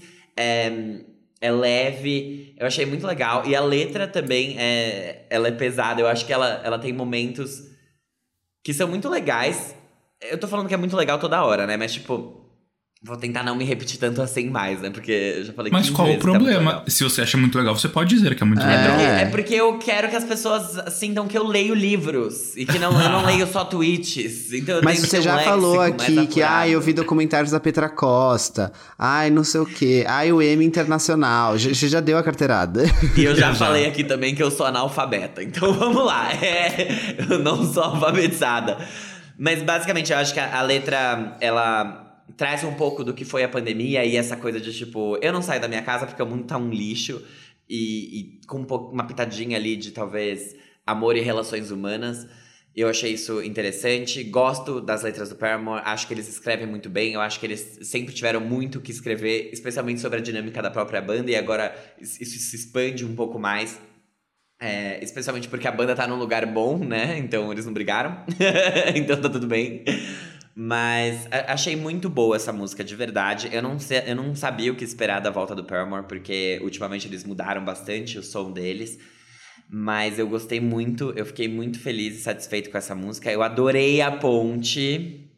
é leve. Eu achei muito legal. E a letra também, ela é pesada. Eu acho que ela tem momentos que são muito legais. Eu tô falando que é muito legal toda hora, né? Mas, vou tentar não me repetir tanto assim mais, né? Porque eu já falei 15 Mas qual o vezes que é muito problema? legal. Se você acha muito legal, você pode dizer que é muito legal. É porque eu quero que as pessoas sintam que eu leio livros. E que eu não leio só tweets. Então eu Mas tenho que você ter já um falou léxico mais aqui que, apurado. eu vi documentários da Petra Costa. Não sei o quê. O M Internacional. Você já deu a carteirada. E eu já falei aqui também que eu sou analfabeta. Então vamos lá. Eu não sou alfabetizada. Mas basicamente eu acho que a letra, ela traz um pouco do que foi a pandemia e essa coisa de eu não saio da minha casa porque o mundo tá um lixo. E com uma pitadinha ali de talvez amor e relações humanas. Eu achei isso interessante. Gosto das letras do Paramore. Acho que eles escrevem muito bem. Eu acho que eles sempre tiveram muito o que escrever, especialmente sobre a dinâmica da própria banda. E agora isso se expande um pouco mais. Especialmente porque a banda tá num lugar bom, né? Então eles não brigaram. Então tá tudo bem. Mas achei muito boa essa música, de verdade. Eu não sabia o que esperar da volta do Paramore, porque ultimamente eles mudaram bastante o som deles. Mas eu gostei muito, eu fiquei muito feliz e satisfeito com essa música. Eu adorei a ponte.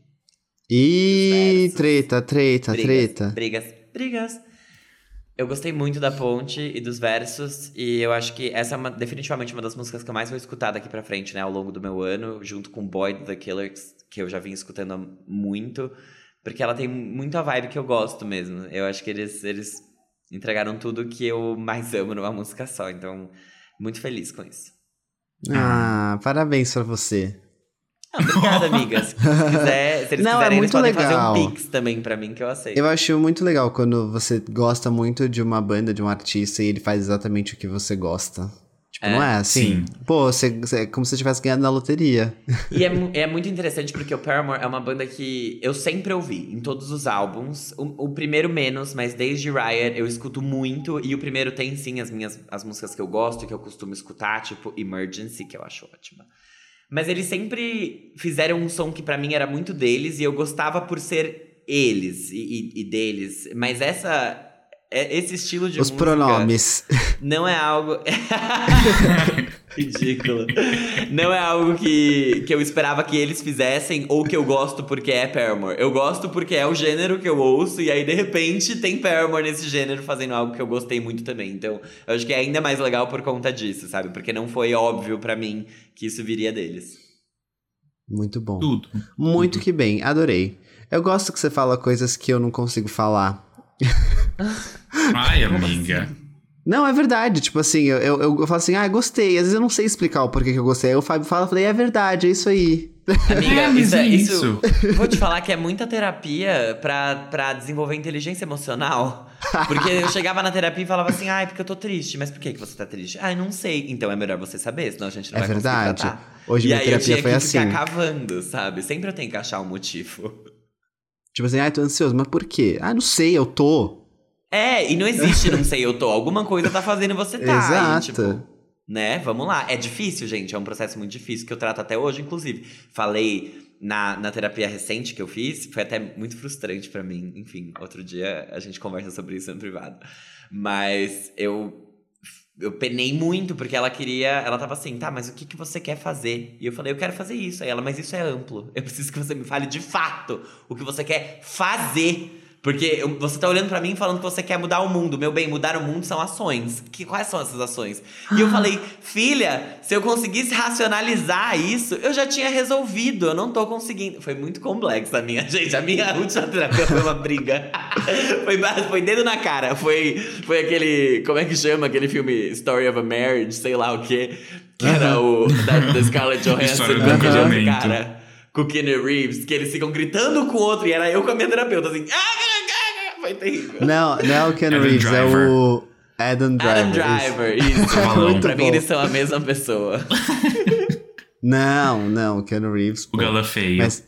Ih, treta. Brigas. Eu gostei muito da ponte e dos versos. E eu acho que essa é definitivamente uma das músicas que eu mais vou escutar daqui pra frente, né? Ao longo do meu ano, junto com Boyd the Killers, que eu já vim escutando muito. Porque ela tem muito a vibe que eu gosto mesmo. Eu acho que eles entregaram tudo que eu mais amo numa música só. Então, muito feliz com isso. Parabéns pra você. Obrigada, amigas. Se eles quiserem, eles muito podem legal. fazer um pix também pra mim, que eu aceito. Eu acho muito legal quando você gosta muito de uma banda, de um artista, e ele faz exatamente o que você gosta. Tipo, não é assim? Sim. Pô, é como se você tivesse ganhado na loteria. E é muito interessante porque o Paramore é uma banda que eu sempre ouvi em todos os álbuns. O primeiro menos, mas desde Riot eu escuto muito. E o primeiro tem sim as músicas que eu gosto, que eu costumo escutar, tipo Emergency, que eu acho ótima. Mas eles sempre fizeram um som que pra mim era muito deles e eu gostava por ser eles e deles. Mas esse estilo de Os música pronomes. não é algo... Ridículo. Não é algo que eu esperava que eles fizessem ou que eu gosto porque é Paramore. Eu gosto porque é o gênero que eu ouço e aí, de repente, tem Paramore nesse gênero fazendo algo que eu gostei muito também. Então, eu acho que é ainda mais legal por conta disso, sabe? Porque não foi óbvio pra mim que isso viria deles. Muito bom. Tudo. Muito que bem, adorei. Eu gosto que você fala coisas que eu não consigo falar. Ai, amiga. Não, é verdade. Tipo assim, eu falo assim, gostei. Às vezes eu não sei explicar o porquê que eu gostei. Aí o Fábio fala, eu falei, é verdade, é isso aí. Amiga, mas é isso. Vou te falar que é muita terapia pra desenvolver inteligência emocional. Porque eu chegava na terapia e falava assim, porque eu tô triste. Mas por que você tá triste? Não sei. Então é melhor você saber, senão a gente não vai conseguir tratar. Hoje e minha aí terapia eu tinha foi que assim. ficar cavando, sabe? Sempre eu tenho que achar um motivo. Tipo assim, tô ansioso, mas por quê? Não sei, eu tô. E não existe não sei, eu tô. Alguma coisa tá fazendo você tá. Exato. E, tipo, né, vamos lá. É difícil, gente, é um processo muito difícil que eu trato até hoje, inclusive. Falei na terapia recente que eu fiz, foi até muito frustrante pra mim. Enfim, outro dia a gente conversa sobre isso no privado. Mas eu penei muito, porque ela tava assim, tá, mas o que você quer fazer? E eu falei, eu quero fazer isso. Aí ela, mas isso é amplo. Eu preciso que você me fale de fato o que você quer fazer. Porque você tá olhando pra mim falando que você quer mudar o mundo. Meu bem, mudar o mundo são ações. Quais são essas ações? E eu falei, filha, se eu conseguisse racionalizar isso, eu já tinha resolvido. Eu não tô conseguindo. Foi muito complexa a minha, gente. A minha última terapia foi uma briga. Foi dedo na cara. Foi aquele... Como é que chama aquele filme Story of a Marriage? Sei lá o quê. Que era o... Da Scarlett Johansson com aquele cara... Com o Keanu Reeves, que eles ficam gritando com o outro, e era eu com a minha terapeuta, assim... Foi terrível. Não é o Keanu Reeves, Driver. é o Adam Driver. Adam Driver, isso. Muito Pra bom. mim, eles são a mesma pessoa. Não, o Keanu Reeves, pô. O gala feio. Mas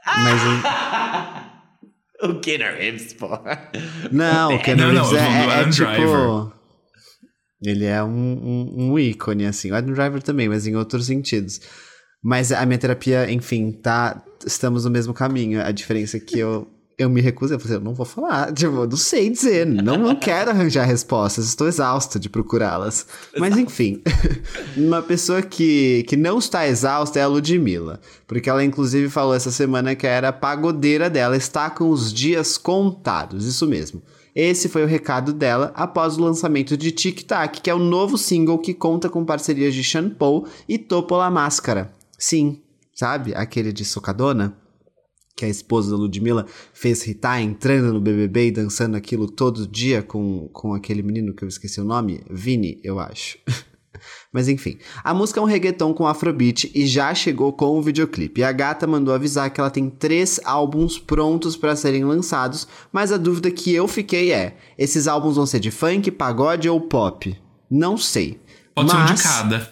O Keanu Reeves, pô. não, o Keanu Não, Reeves eu vou do Adam tipo... Driver. Ele é um ícone, assim. O Adam Driver também, mas em outros sentidos. Mas a minha terapia, enfim, estamos no mesmo caminho. A diferença é que eu me recuso. Eu falei, eu não vou falar. Tipo, eu não sei dizer. Não quero arranjar respostas. Estou exausta de procurá-las. Mas, enfim. Uma pessoa que não está exausta é a Ludmilla. Porque ela, inclusive, falou essa semana que era a pagodeira dela. Está com os dias contados. Isso mesmo. Esse foi o recado dela após o lançamento de Tic Tac, que é o novo single que conta com parcerias de Sean Paul e Topo La Máscara. Sim, sabe? Aquele de Socadona, que a esposa da Ludmilla fez hitar entrando no BBB e dançando aquilo todo dia com aquele menino que eu esqueci o nome, Vini, eu acho. Mas enfim, a música é um reggaeton com afrobeat e já chegou com o videoclipe. E a gata mandou avisar que ela tem 3 álbuns prontos para serem lançados, mas a dúvida que eu fiquei é, esses álbuns vão ser de funk, pagode ou pop? Não sei. Pode ser um de cada.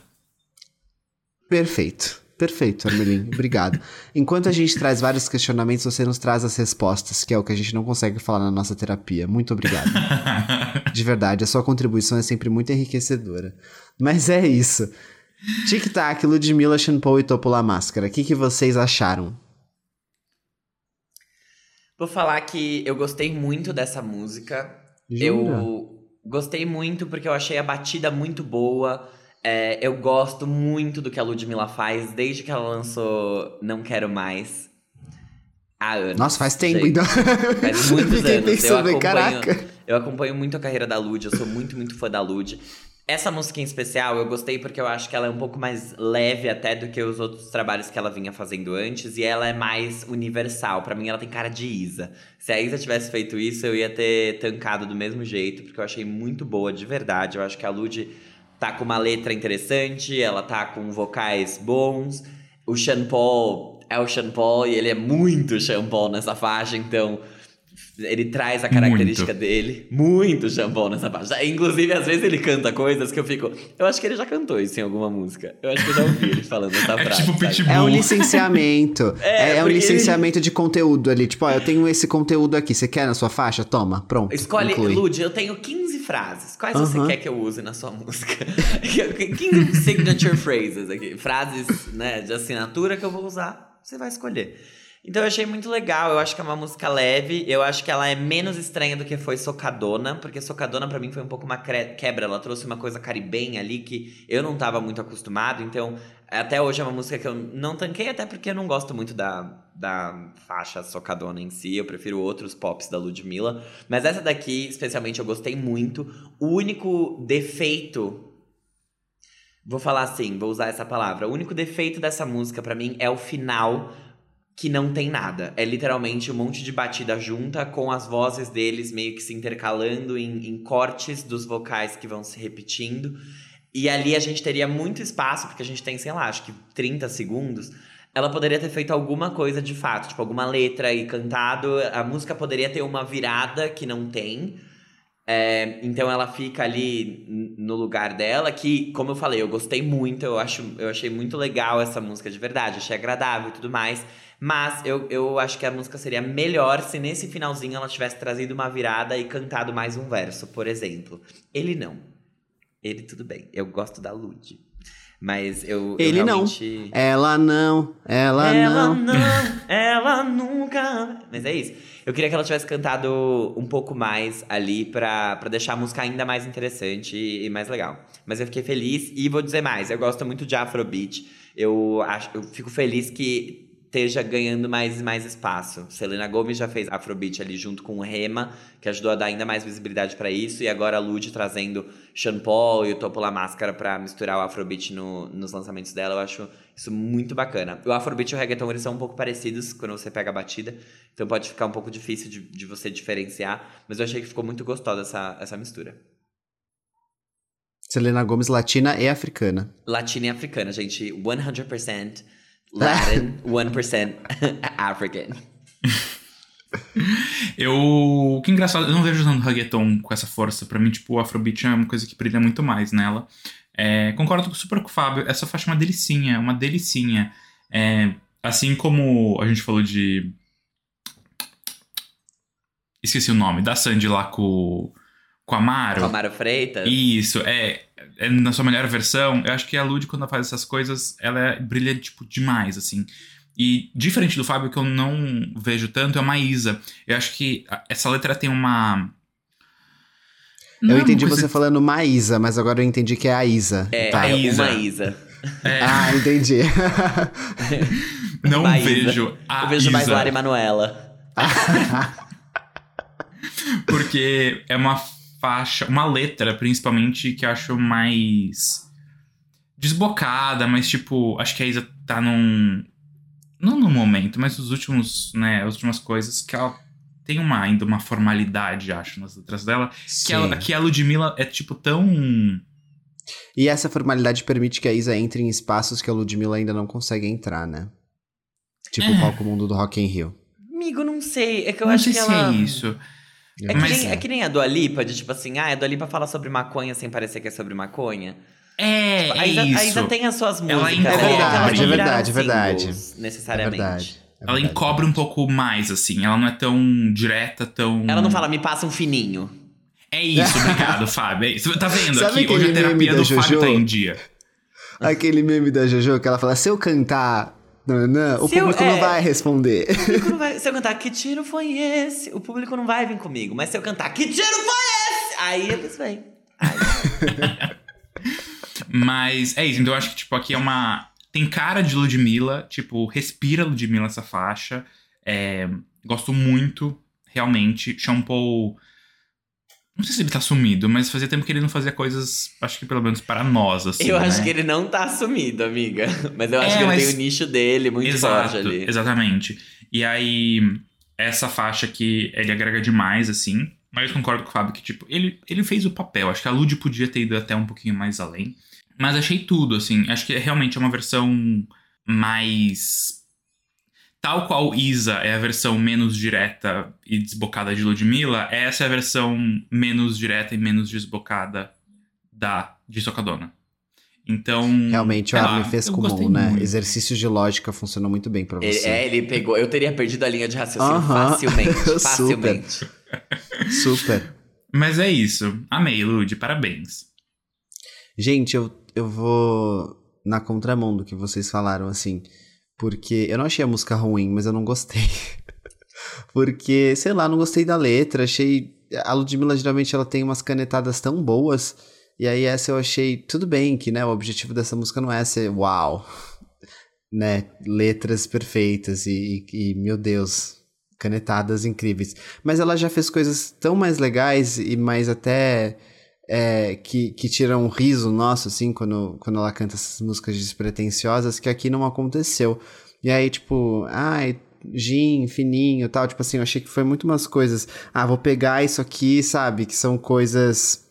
Perfeito, Armelin. Obrigado. Enquanto a gente traz vários questionamentos, você nos traz as respostas, que é o que a gente não consegue falar na nossa terapia. Muito obrigado. De verdade, a sua contribuição é sempre muito enriquecedora. Mas é isso. Tic Tac, Ludmilla, Sean Paul e Topo La Máscara. O que vocês acharam? Vou falar que eu gostei muito dessa música. Jura? Eu gostei muito porque eu achei a batida muito boa. Eu gosto muito do que a Ludmilla faz desde que ela lançou Não Quero Mais. Há anos. Nossa, faz tempo, gente. então. Faz muitos Fiquei anos. pensando, caraca. Eu acompanho muito a carreira da Lud, eu sou muito, muito fã da Lud. Essa música em especial eu gostei porque eu acho que ela é um pouco mais leve até do que os outros trabalhos que ela vinha fazendo antes. E ela é mais universal. Pra mim ela tem cara de Isa. Se a Isa tivesse feito isso, eu ia ter tancado do mesmo jeito. Porque eu achei muito boa, de verdade. Eu acho que a Lud tá com uma letra interessante, ela tá com vocais bons. O Sean Paul é o Sean Paul e ele é muito Sean Paul nessa faixa, então Ele traz a característica dele. Muito jambon nessa faixa. Inclusive, às vezes ele canta coisas que eu fico... Eu acho que ele já cantou isso em alguma música. Eu acho que eu já ouvi ele falando essa frase. Tipo Pitbull. É um licenciamento. É um licenciamento ele... de conteúdo ali. Tipo, ó, eu tenho esse conteúdo aqui. Você quer na sua faixa? Toma, pronto. Escolhe, inclui. Lud, eu tenho 15 frases. Quais você quer que eu use na sua música? 15 signature phrases aqui. Frases, né, de assinatura que eu vou usar. Você vai escolher. Então eu achei muito legal, eu acho que é uma música leve, eu acho que ela é menos estranha do que foi Socadona, porque Socadona pra mim foi um pouco uma quebra, ela trouxe uma coisa caribenha ali que eu não tava muito acostumado, então até hoje é uma música que eu não tanquei, até porque eu não gosto muito da faixa Socadona em si, eu prefiro outros pops da Ludmilla, mas essa daqui, especialmente, eu gostei muito. O único defeito, vou falar assim, vou usar essa palavra, o único defeito dessa música pra mim é o final, que não tem nada. É literalmente um monte de batida junta com as vozes deles meio que se intercalando em cortes dos vocais que vão se repetindo. E ali a gente teria muito espaço, porque a gente tem, sei lá, acho que 30 segundos. Ela poderia ter feito alguma coisa de fato, tipo alguma letra e cantado. A música poderia ter uma virada que não tem. Então ela fica ali no lugar dela, que, como eu falei, eu gostei muito. Eu achei muito legal essa música de verdade. Achei agradável e tudo mais. Mas eu acho que a música seria melhor se nesse finalzinho ela tivesse trazido uma virada e cantado mais um verso, por exemplo. Ele não. Ele tudo bem. Eu gosto da Lud. Mas Ele realmente... não. Ela não. Ela não. Ela nunca... Mas é isso. Eu queria que ela tivesse cantado um pouco mais ali pra deixar a música ainda mais interessante e mais legal. Mas eu fiquei feliz e vou dizer mais. Eu gosto muito de Afrobeat. Eu fico feliz que esteja ganhando mais espaço. Selena Gomez já fez Afrobeat ali junto com o Rema, que ajudou a dar ainda mais visibilidade pra isso, e agora a Lud trazendo Sean Paul e o Topo La Máscara pra misturar o Afrobeat nos lançamentos dela. Eu acho isso muito bacana. O Afrobeat e o reggaeton, eles são um pouco parecidos quando você pega a batida, então pode ficar um pouco difícil de você diferenciar, mas eu achei que ficou muito gostosa essa mistura. Selena Gomez, latina e africana. Latina e africana, gente. 100% Latin, 1% African. Que engraçado, eu não vejo usando reggaeton com essa força. Pra mim, tipo, o Afrobeat é uma coisa que brilha muito mais nela. Concordo super com o Fábio, essa faixa é uma delicinha. Assim como a gente falou de... Esqueci o nome, da Sandy lá com Amaro. Com Amaro Freitas. Isso, na sua melhor versão. Eu acho que a Lud, quando ela faz essas coisas, ela brilha, tipo, demais, assim. E, diferente do Fábio, que eu não vejo tanto, é uma Maísa. Eu acho que essa letra tem uma... Eu entendi você falando Maísa, mas agora eu entendi que é a Isa. A Isa. Uma Isa. Ah, entendi. Não Maísa. vejo a Eu vejo Isa. mais Lara Emanuela. Porque é uma faixa, uma letra, principalmente, que eu acho mais desbocada, mas, tipo, acho que a Isa tá não no momento, mas nos últimos, né, as últimas coisas, que ela tem ainda uma formalidade, acho, nas letras dela, que a Ludmilla é, tipo, tão... E essa formalidade permite que a Isa entre em espaços que a Ludmilla ainda não consegue entrar, né? Tipo o palco mundo do Rock in Rio. Amigo, não sei, é que eu não acho sei que se ela... é isso. É que nem a Dua Lipa, de tipo assim, a Dua Lipa fala sobre maconha sem parecer que é sobre maconha. Tipo, a Isa tem as suas músicas. É verdade. Necessariamente. Ela encobre um pouco mais, assim. Ela não é tão direta, tão... Ela não fala, me passa um fininho. É isso, obrigado, Fábio. É isso. Tá vendo? Sabe Aqui, hoje a terapia do Fábio tá em dia. Aquele meme da Jojo que ela fala, se eu cantar... o público não vai responder. Se eu cantar, que tiro foi esse? O público não vai vir comigo. Mas se eu cantar, que tiro foi esse? Aí eles vêm. Mas é isso. Então eu acho que, tipo, aqui é uma... Tem cara de Ludmilla. Tipo, respira Ludmilla essa faixa. Gosto muito, realmente. Sean Paul... Não sei se ele tá sumido, mas fazia tempo que ele não fazia coisas, acho que pelo menos para nós, assim. Eu acho que ele não tá sumido, amiga. Mas eu acho que ele tem o nicho dele muito forte ali. Exatamente. E aí, essa faixa aqui, ele agrega demais, assim. Mas eu concordo com o Fábio que, tipo, ele fez o papel. Acho que a Lud podia ter ido até um pouquinho mais além. Mas achei tudo, assim. Acho que realmente é uma versão mais... Tal qual Isa é a versão menos direta e desbocada de Ludmilla, essa é a versão menos direta e menos desbocada de Socadona. Então... Realmente, o Armin fez eu com gostei mão, né? muito. Exercícios de lógica funcionam muito bem pra você. Ele pegou... Eu teria perdido a linha de raciocínio facilmente. Facilmente. Super. Mas é isso. Amei, Lud. Parabéns. Gente, eu vou na contramão do que vocês falaram, assim. Porque eu não achei a música ruim, mas eu não gostei. Porque, sei lá, não gostei da letra. Achei... A Ludmilla, geralmente, ela tem umas canetadas tão boas. E aí essa eu achei... Tudo bem que, né, o objetivo dessa música não é ser uau. Né, letras perfeitas e meu Deus, canetadas incríveis. Mas ela já fez coisas tão mais legais e mais até... que tiram um riso nosso, assim, quando ela canta essas músicas despretensiosas, que aqui não aconteceu. E aí, tipo, gin, fininho e tal, tipo assim, eu achei que foi muito umas coisas, vou pegar isso aqui, sabe, que são coisas...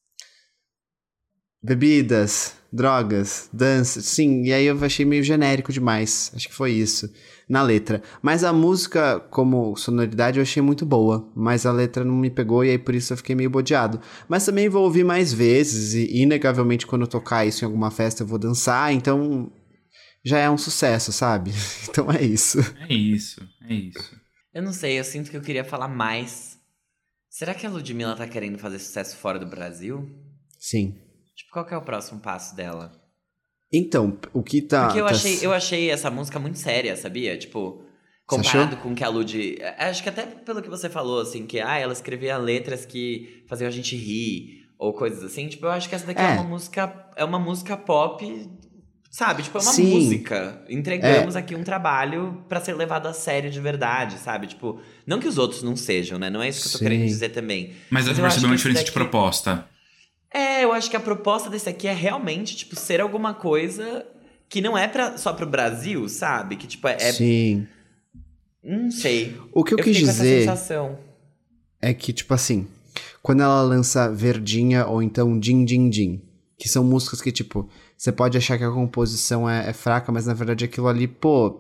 Bebidas, drogas, dança, sim, e aí eu achei meio genérico demais, acho que foi isso, na letra. Mas a música, como sonoridade, eu achei muito boa, mas a letra não me pegou e aí por isso eu fiquei meio bodeado. Mas também vou ouvir mais vezes e inegavelmente quando eu tocar isso em alguma festa eu vou dançar, então já é um sucesso, sabe? Então é isso. É isso. Eu não sei, eu sinto que eu queria falar mais. Será que a Ludmilla tá querendo fazer sucesso fora do Brasil? Sim. Tipo, qual que é o próximo passo dela? Então, o que tá... Porque eu achei essa música muito séria, sabia? Tipo, comparado com o que a Lud... Acho que até pelo que você falou, assim, que ela escrevia letras que faziam a gente rir, ou coisas assim. Tipo, eu acho que essa daqui é uma música pop, sabe? Tipo, é uma música. Entregamos aqui um trabalho pra ser levado a sério de verdade, sabe? Tipo, não que os outros não sejam, né? Não é isso que eu tô querendo dizer também. Mas dá pra perceber uma diferença de proposta. Eu acho que a proposta desse aqui é realmente, tipo, ser alguma coisa que não é só pro Brasil, sabe? Que, tipo, Sim. Não sei. O que eu quis dizer com essa sensação. É que, tipo assim, quando ela lança Verdinha ou então Din Din Din, que são músicas que, tipo, você pode achar que a composição é fraca, mas na verdade aquilo ali, pô,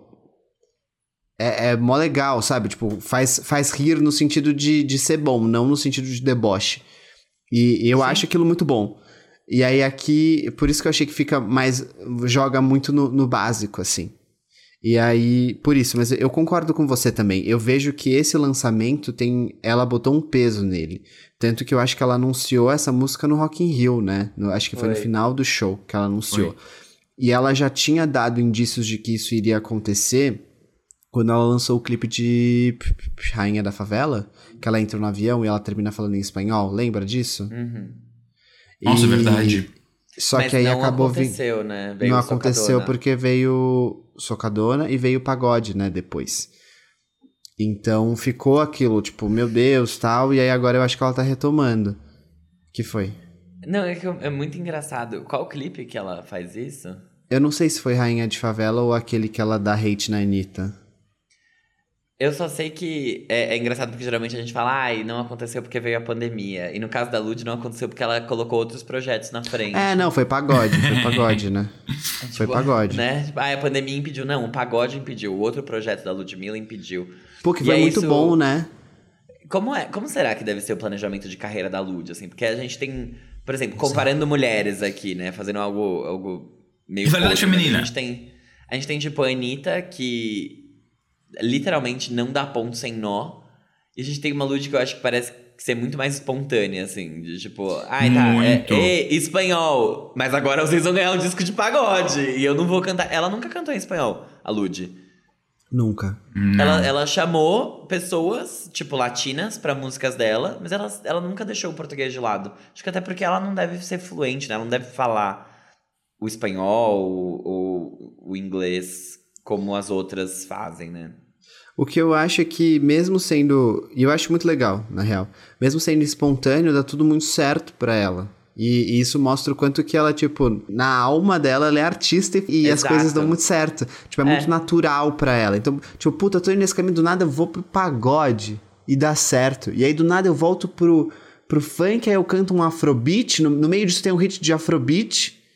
é mó legal, sabe? Tipo, faz rir no sentido de ser bom, não no sentido de deboche. E eu acho aquilo muito bom. E aí aqui, por isso que eu achei que fica mais... Joga muito no básico, assim. E aí, por isso, mas eu concordo com você também. Eu vejo que esse lançamento ela botou um peso nele. Tanto que eu acho que ela anunciou essa música no Rock in Rio, né? Acho que foi no final do show que ela anunciou. E ela já tinha dado indícios de que isso iria acontecer quando ela lançou o clipe de Rainha da Favela, que ela entra no avião e ela termina falando em espanhol. Lembra disso? Uhum. Nossa, é verdade. Só mas que aí não acabou aconteceu, né? Veio não aconteceu Socadona. porque veio Socadona e veio Pagode, né, depois. Então ficou aquilo, tipo, meu Deus, tal, e aí agora eu acho que ela tá retomando. Que foi? Não, é muito engraçado. Qual clipe que ela faz isso? Eu não sei se foi Rainha de Favela ou aquele que ela dá hate na Anitta. Eu só sei que é engraçado porque geralmente a gente fala, não aconteceu porque veio a pandemia. E no caso da Lud não aconteceu porque ela colocou outros projetos na frente. Não, foi pagode, né? Tipo, foi pagode. Né? Tipo, a pandemia impediu. Não, o pagode impediu. O outro projeto da Ludmilla impediu. Pô, que foi muito bom, né? Como será que deve ser o planejamento de carreira da Lud, assim? Porque a gente tem, por exemplo, comparando mulheres aqui, né? Fazendo algo meio... Rivalidade feminina. A gente tem, tipo, a Anitta, que literalmente não dá ponto sem nó. E a gente tem uma Lud que eu acho que parece ser muito mais espontânea, assim. De tipo, espanhol. Mas agora vocês vão ganhar um disco de pagode. E eu não vou cantar. Ela nunca cantou em espanhol, a Lud. Nunca. Ela chamou pessoas, tipo, latinas pra músicas dela, mas ela nunca deixou o português de lado. Acho que até porque ela não deve ser fluente, né? Ela não deve falar o espanhol ou o inglês como as outras fazem, né? O que eu acho é que mesmo sendo... E eu acho muito legal, na real. Mesmo sendo espontâneo, dá tudo muito certo pra ela. E isso mostra o quanto que ela, tipo, na alma dela, ela é artista e as coisas dão muito certo. Tipo, é muito natural pra ela. Então, tipo, puta, eu tô indo nesse caminho, do nada eu vou pro pagode e dá certo. E aí, do nada, eu volto pro funk, aí eu canto um afrobeat, no meio disso tem um hit de afrobeat,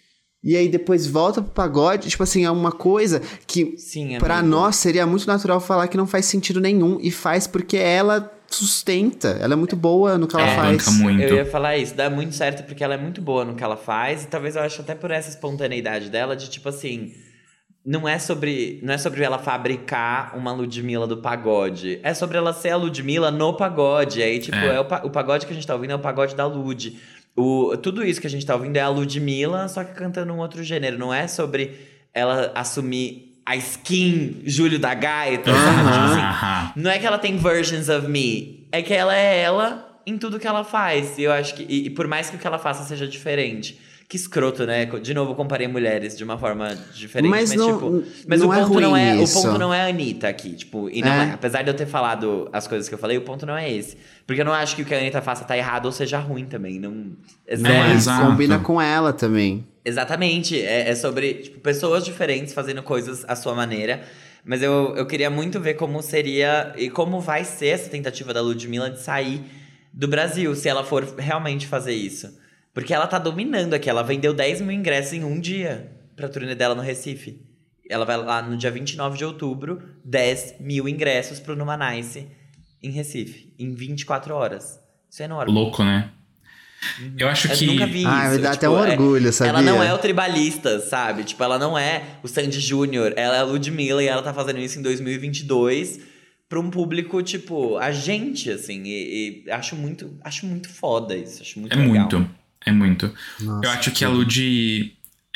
E aí depois volta pro pagode. Tipo assim, é uma coisa que Sim, pra amigo. nós seria muito natural falar que não faz sentido nenhum. E faz porque ela sustenta. Ela é muito boa no que ela faz. banca muito. Eu ia falar isso, dá muito certo porque ela é muito boa no que ela faz. E talvez eu acho até por essa espontaneidade dela, de tipo assim... Não é sobre ela fabricar uma Ludmilla do pagode. É sobre ela ser a Ludmilla no pagode. Aí, tipo, o pagode que a gente tá ouvindo é o pagode da Lud. Tudo isso que a gente tá ouvindo é a Ludmilla, só que cantando um outro gênero. Não é sobre ela assumir a skin Júlio da Gaita, sabe? Tipo assim, não é que ela tem versions of me. É que ela é ela em tudo que ela faz. E eu acho que... E por mais que o que ela faça seja diferente... Que escroto, né? De novo, eu comparei mulheres de uma forma diferente. Mas não, tipo... Mas não o ponto ruim não é... isso. O ponto não é a Anitta aqui, tipo... E não é. Apesar de eu ter falado as coisas que eu falei, o ponto não é esse. Porque eu não acho que o que a Anitta faça tá errado ou seja ruim também. Não é exato. Combina com ela também. Exatamente. É sobre, tipo, pessoas diferentes fazendo coisas à sua maneira. Mas eu queria muito ver como seria... E como vai ser essa tentativa da Ludmilla de sair do Brasil. Se ela for realmente fazer isso. Porque ela tá dominando aqui. Ela vendeu 10 mil ingressos em um dia pra turnê dela no Recife. Ela vai lá no dia 29 de outubro, 10 mil ingressos pro Numanice em Recife. Em 24 horas. Isso é enorme. Louco, né? Eu acho que... Eu nunca vi isso. Me dá até um orgulho, sabia? Ela não é o tribalista, sabe? Tipo, ela não é o Sandy Júnior. Ela é a Ludmilla e ela tá fazendo isso em 2022 pra um público, tipo, a gente, assim. E acho muito foda isso. Acho muito legal. É muito. Nossa, eu acho que a Lud...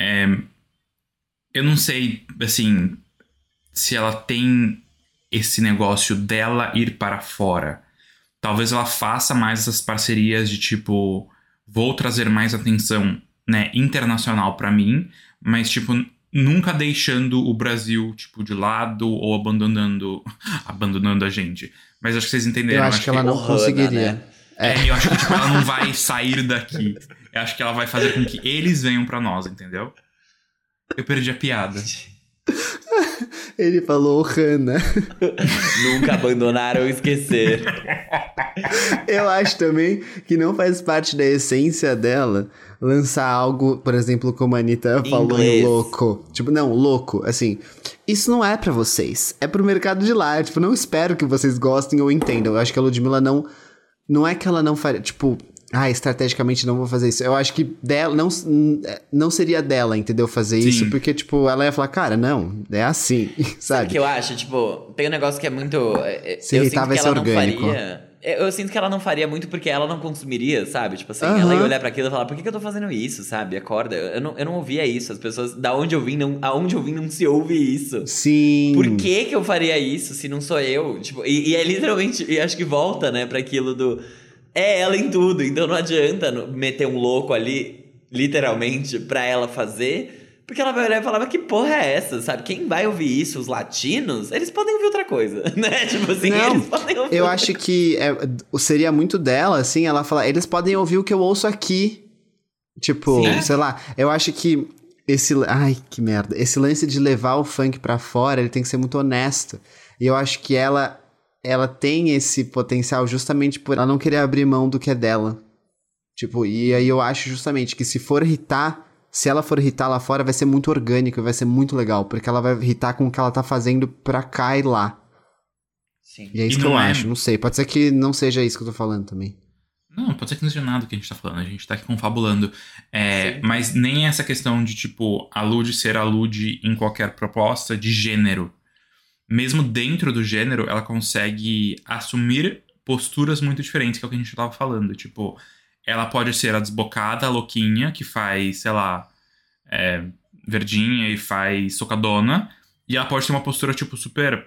eu não sei, assim, se ela tem esse negócio dela ir para fora. Talvez ela faça mais essas parcerias de tipo... Vou trazer mais atenção, né, internacional pra mim. Mas, tipo, nunca deixando o Brasil, tipo, de lado ou abandonando a gente. Mas acho que vocês entenderam. Eu acho que ela não conseguiria. Né? Eu acho que tipo, ela não vai sair daqui. Eu acho que ela vai fazer com que eles venham pra nós, entendeu? Eu perdi a piada. Ele falou Hannah. Nunca abandonar ou esquecer. Eu acho também que não faz parte da essência dela lançar algo, por exemplo, como a Anitta falou em louco. Tipo, não, louco, assim. Isso não é pra vocês. É pro mercado de lá. Tipo, não espero que vocês gostem ou entendam. Eu acho que a Ludmilla não é que ela não faria, tipo... estrategicamente não vou fazer isso. Eu acho que dela, não seria dela, entendeu? Fazer isso, porque, tipo, ela ia falar, cara, não, é assim, sabe? O que eu acho, tipo, tem um negócio que é muito... Se irritar vai ser orgânico. Eu sinto que ela não faria muito porque ela não consumiria, sabe? Tipo assim, ela ia olhar pra aquilo e falar, por que eu tô fazendo isso, sabe? Acorda. Eu não ouvia isso. As pessoas, aonde eu vim não se ouve isso. Sim. Por que eu faria isso se não sou eu? Tipo, e é literalmente, e acho que volta, né, pra aquilo do... É ela em tudo, então não adianta meter um louco ali, literalmente, pra ela fazer, porque ela vai olhar e falar, mas que porra é essa, sabe? Quem vai ouvir isso, os latinos, eles podem ouvir outra coisa, né? Tipo assim, não, eles podem ouvir eu acho que seria muito dela, assim, ela falar, eles podem ouvir o que eu ouço aqui. Tipo, sei lá, eu acho que ai, que merda. Esse lance de levar o funk pra fora, ele tem que ser muito honesto. E eu acho que ela tem esse potencial justamente por ela não querer abrir mão do que é dela. Tipo, e aí eu acho justamente que se ela for irritar lá fora, vai ser muito orgânico e vai ser muito legal, porque ela vai irritar com o que ela tá fazendo pra cá e lá. Sim. E é isso que eu acho, não sei. Pode ser que não seja isso que eu tô falando também. Não, pode ser que não seja nada do que a gente tá falando, a gente tá aqui confabulando. Mas nem essa questão de, tipo, a Lud ser a Lud em qualquer proposta de gênero. Mesmo dentro do gênero, ela consegue assumir posturas muito diferentes, que é o que a gente tava falando. Tipo, ela pode ser a desbocada, a louquinha, que faz, sei lá, verdinha e faz socadona. E ela pode ter uma postura, tipo, super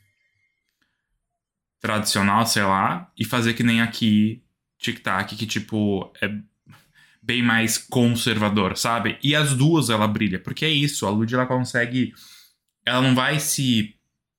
tradicional, sei lá, e fazer que nem aqui, tic-tac, que, tipo, é bem mais conservador, sabe? E as duas ela brilha, porque é isso, a Lud, ela consegue... Ela não vai se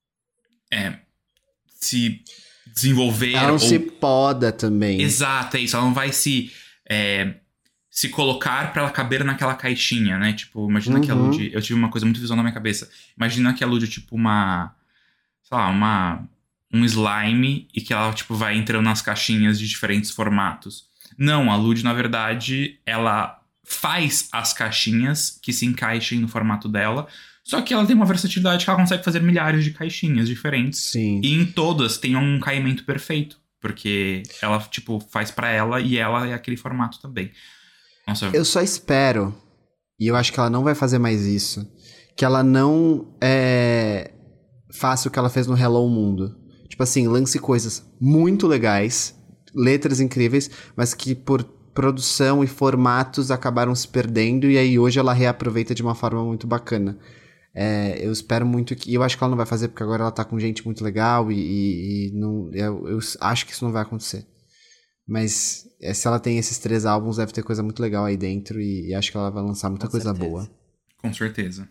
desenvolver. Ela não se poda também. Exato, é isso. Ela não vai se colocar pra ela caber naquela caixinha, né? Tipo, imagina que a Lud... Eu tive uma coisa muito visual na minha cabeça. Imagina que a Lud é tipo sei lá, um slime e que ela, tipo, vai entrando nas caixinhas de diferentes formatos. Não, a Lud, na verdade, ela faz as caixinhas que se encaixem no formato dela. Só que ela tem uma versatilidade que ela consegue fazer milhares de caixinhas diferentes. Sim. E em todas tem um caimento perfeito. Porque ela, tipo, faz pra ela e ela é aquele formato também. Nossa, Eu só espero, e eu acho que ela não vai fazer mais isso, que ela não faça o que ela fez no Hello Mundo. Tipo assim, lance coisas muito legais, letras incríveis, mas que por produção e formatos acabaram se perdendo, e aí hoje ela reaproveita de uma forma muito bacana. Eu espero muito que... E eu acho que ela não vai fazer, porque agora ela tá com gente muito legal e não, eu acho que isso não vai acontecer. Mas se ela tem esses 3 álbuns, deve ter coisa muito legal aí dentro e acho que ela vai lançar muita coisa boa. Com certeza.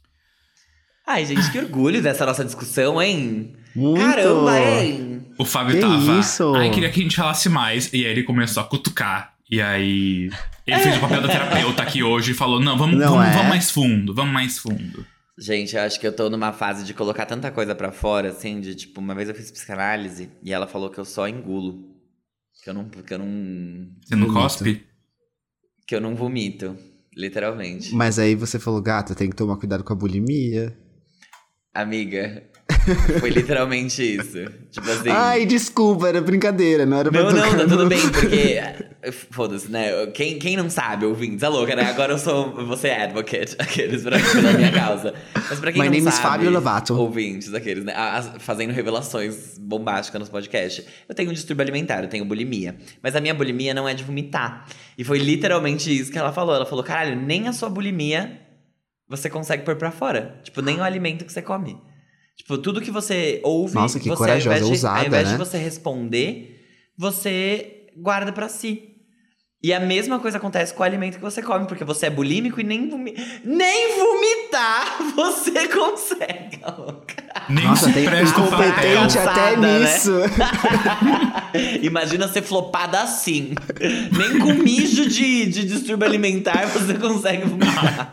Ai, gente, que orgulho dessa nossa discussão, hein? Muito! Caramba, hein? O Fábio Que tava... isso? Ai, queria que a gente falasse mais. E aí ele começou a cutucar. E aí... Ele fez o papel da terapeuta aqui hoje e falou, não, vamos mais fundo, vamos mais fundo. Gente, eu acho que eu tô numa fase de colocar tanta coisa pra fora, assim, de tipo, uma vez eu fiz psicanálise e ela falou que eu só engulo. Que eu não. Você não cospe? Que eu não vomito, literalmente. Mas aí você falou, gata, tem que tomar cuidado com a bulimia. Amiga, foi literalmente isso. Tipo assim. Ai, desculpa, era brincadeira, não era pra Não, tocar tá no- tudo bem, porque. Foda-se, né? Quem não sabe, ouvintes, é louca, né? Agora eu vou ser advocate, aqueles pela minha causa. Mas pra quem My não name is sabe, Fábio Lovato. ouvintes, aqueles, né? Fazendo revelações bombásticas nos podcasts. Eu tenho um distúrbio alimentar, eu tenho bulimia. Mas a minha bulimia não é de vomitar. E foi literalmente isso que ela falou. Ela falou, caralho, nem a sua bulimia você consegue pôr pra fora. Tipo, nem o alimento que você come. Tipo, tudo que você ouve... Nossa, que você, corajosa, ousada, ao invés né? de você responder, você guarda pra si. E a mesma coisa acontece com o alimento que você come, porque você é bulímico e nem vomitar você consegue, louca. Nem Nossa, se tem presta o papel. incompetente até Cansada, né? nisso. Imagina ser flopada assim. Nem com mijo de distúrbio alimentar você consegue vomitar.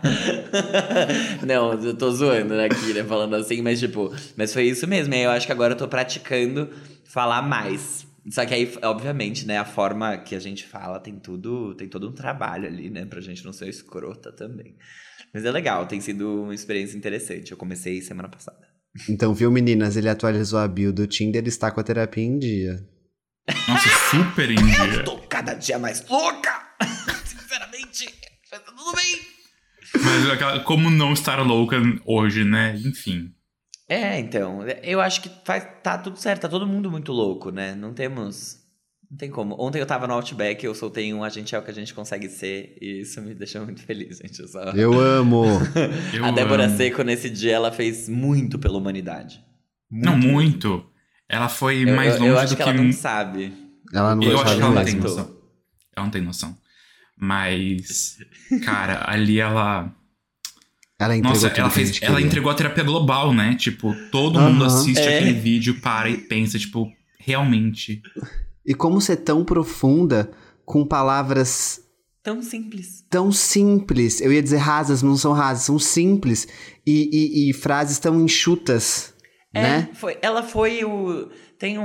Não, eu tô zoando aqui, né? Falando assim, mas tipo... Mas foi isso mesmo. E aí eu acho que agora eu tô praticando falar mais. Só que aí, obviamente, né? A forma que a gente fala tem todo um trabalho ali, né? Pra gente não ser escrota também. Mas é legal, tem sido uma experiência interessante. Eu comecei semana passada. Então, viu, meninas? Ele atualizou a bio do Tinder e está com a terapia em dia. Nossa, super em dia. Tô cada dia mais louca! Sinceramente, mas tá tudo bem. Mas como não estar louca hoje, né? Enfim. Então, eu acho que tá tudo certo, tá todo mundo muito louco, né? Não tem como. Ontem eu tava no Outback, eu soltei a gente é o que a gente consegue ser, e isso me deixou muito feliz, gente. Eu amo! Eu A Débora amo. Seco, nesse dia, ela fez muito pela humanidade. Não, muito. Ela foi mais longe eu acho do que que... ela não sabe. Ela não Eu vai acho que ela não fazer tem mesmo. noção. Ela não tem noção. Mas, cara, ali ela... Ela entregou Nossa, tudo ela que a gente ela queria. entregou a terapia global, né? Tipo, todo mundo assiste É. aquele vídeo, para e pensa, tipo, realmente. E como ser tão profunda com palavras Tão simples. tão simples. Eu ia dizer rasas, mas não são rasas, são simples. E frases tão enxutas, né? Ela foi o... Tem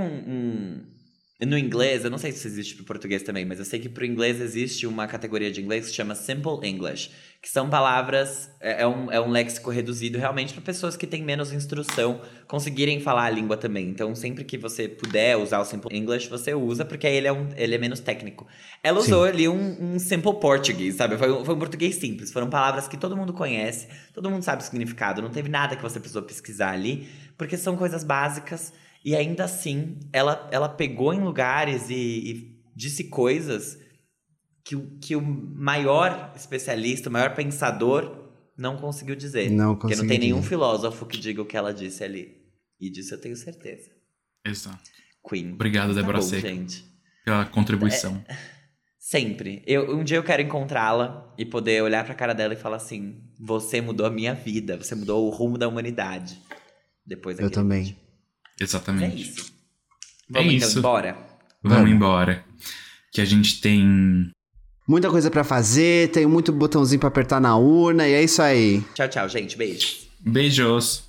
no inglês, eu não sei se existe pro português também, mas eu sei que pro inglês existe uma categoria de inglês que se chama Simple English, que são palavras, é um léxico reduzido realmente para pessoas que têm menos instrução conseguirem falar a língua também. Então, sempre que você puder usar o Simple English, você usa, porque aí ele é menos técnico. Ela usou ali um Simple Portuguese, sabe? Foi um português simples. Foram palavras que todo mundo conhece, todo mundo sabe o significado, não teve nada que você precisou pesquisar ali, porque são coisas básicas. E ainda assim, ela pegou em lugares e disse coisas que o maior especialista, o maior pensador não conseguiu dizer. Não Porque não conseguiu tem nenhum dizer. filósofo que diga o que ela disse ali. E disso eu tenho certeza. Exato. Queen. Obrigado, Mas Débora bom, Seco. gente. Pela contribuição. Sempre. Um dia eu quero encontrá-la e poder olhar pra cara dela e falar assim: você mudou a minha vida, você mudou o rumo da humanidade. Depois Eu daquele também. vídeo. Exatamente. É isso. Vamos então isso. embora? Vamos embora. Que a gente tem... Muita coisa pra fazer, tem muito botãozinho pra apertar na urna, e é isso aí. Tchau, tchau, gente. Beijo. Beijos.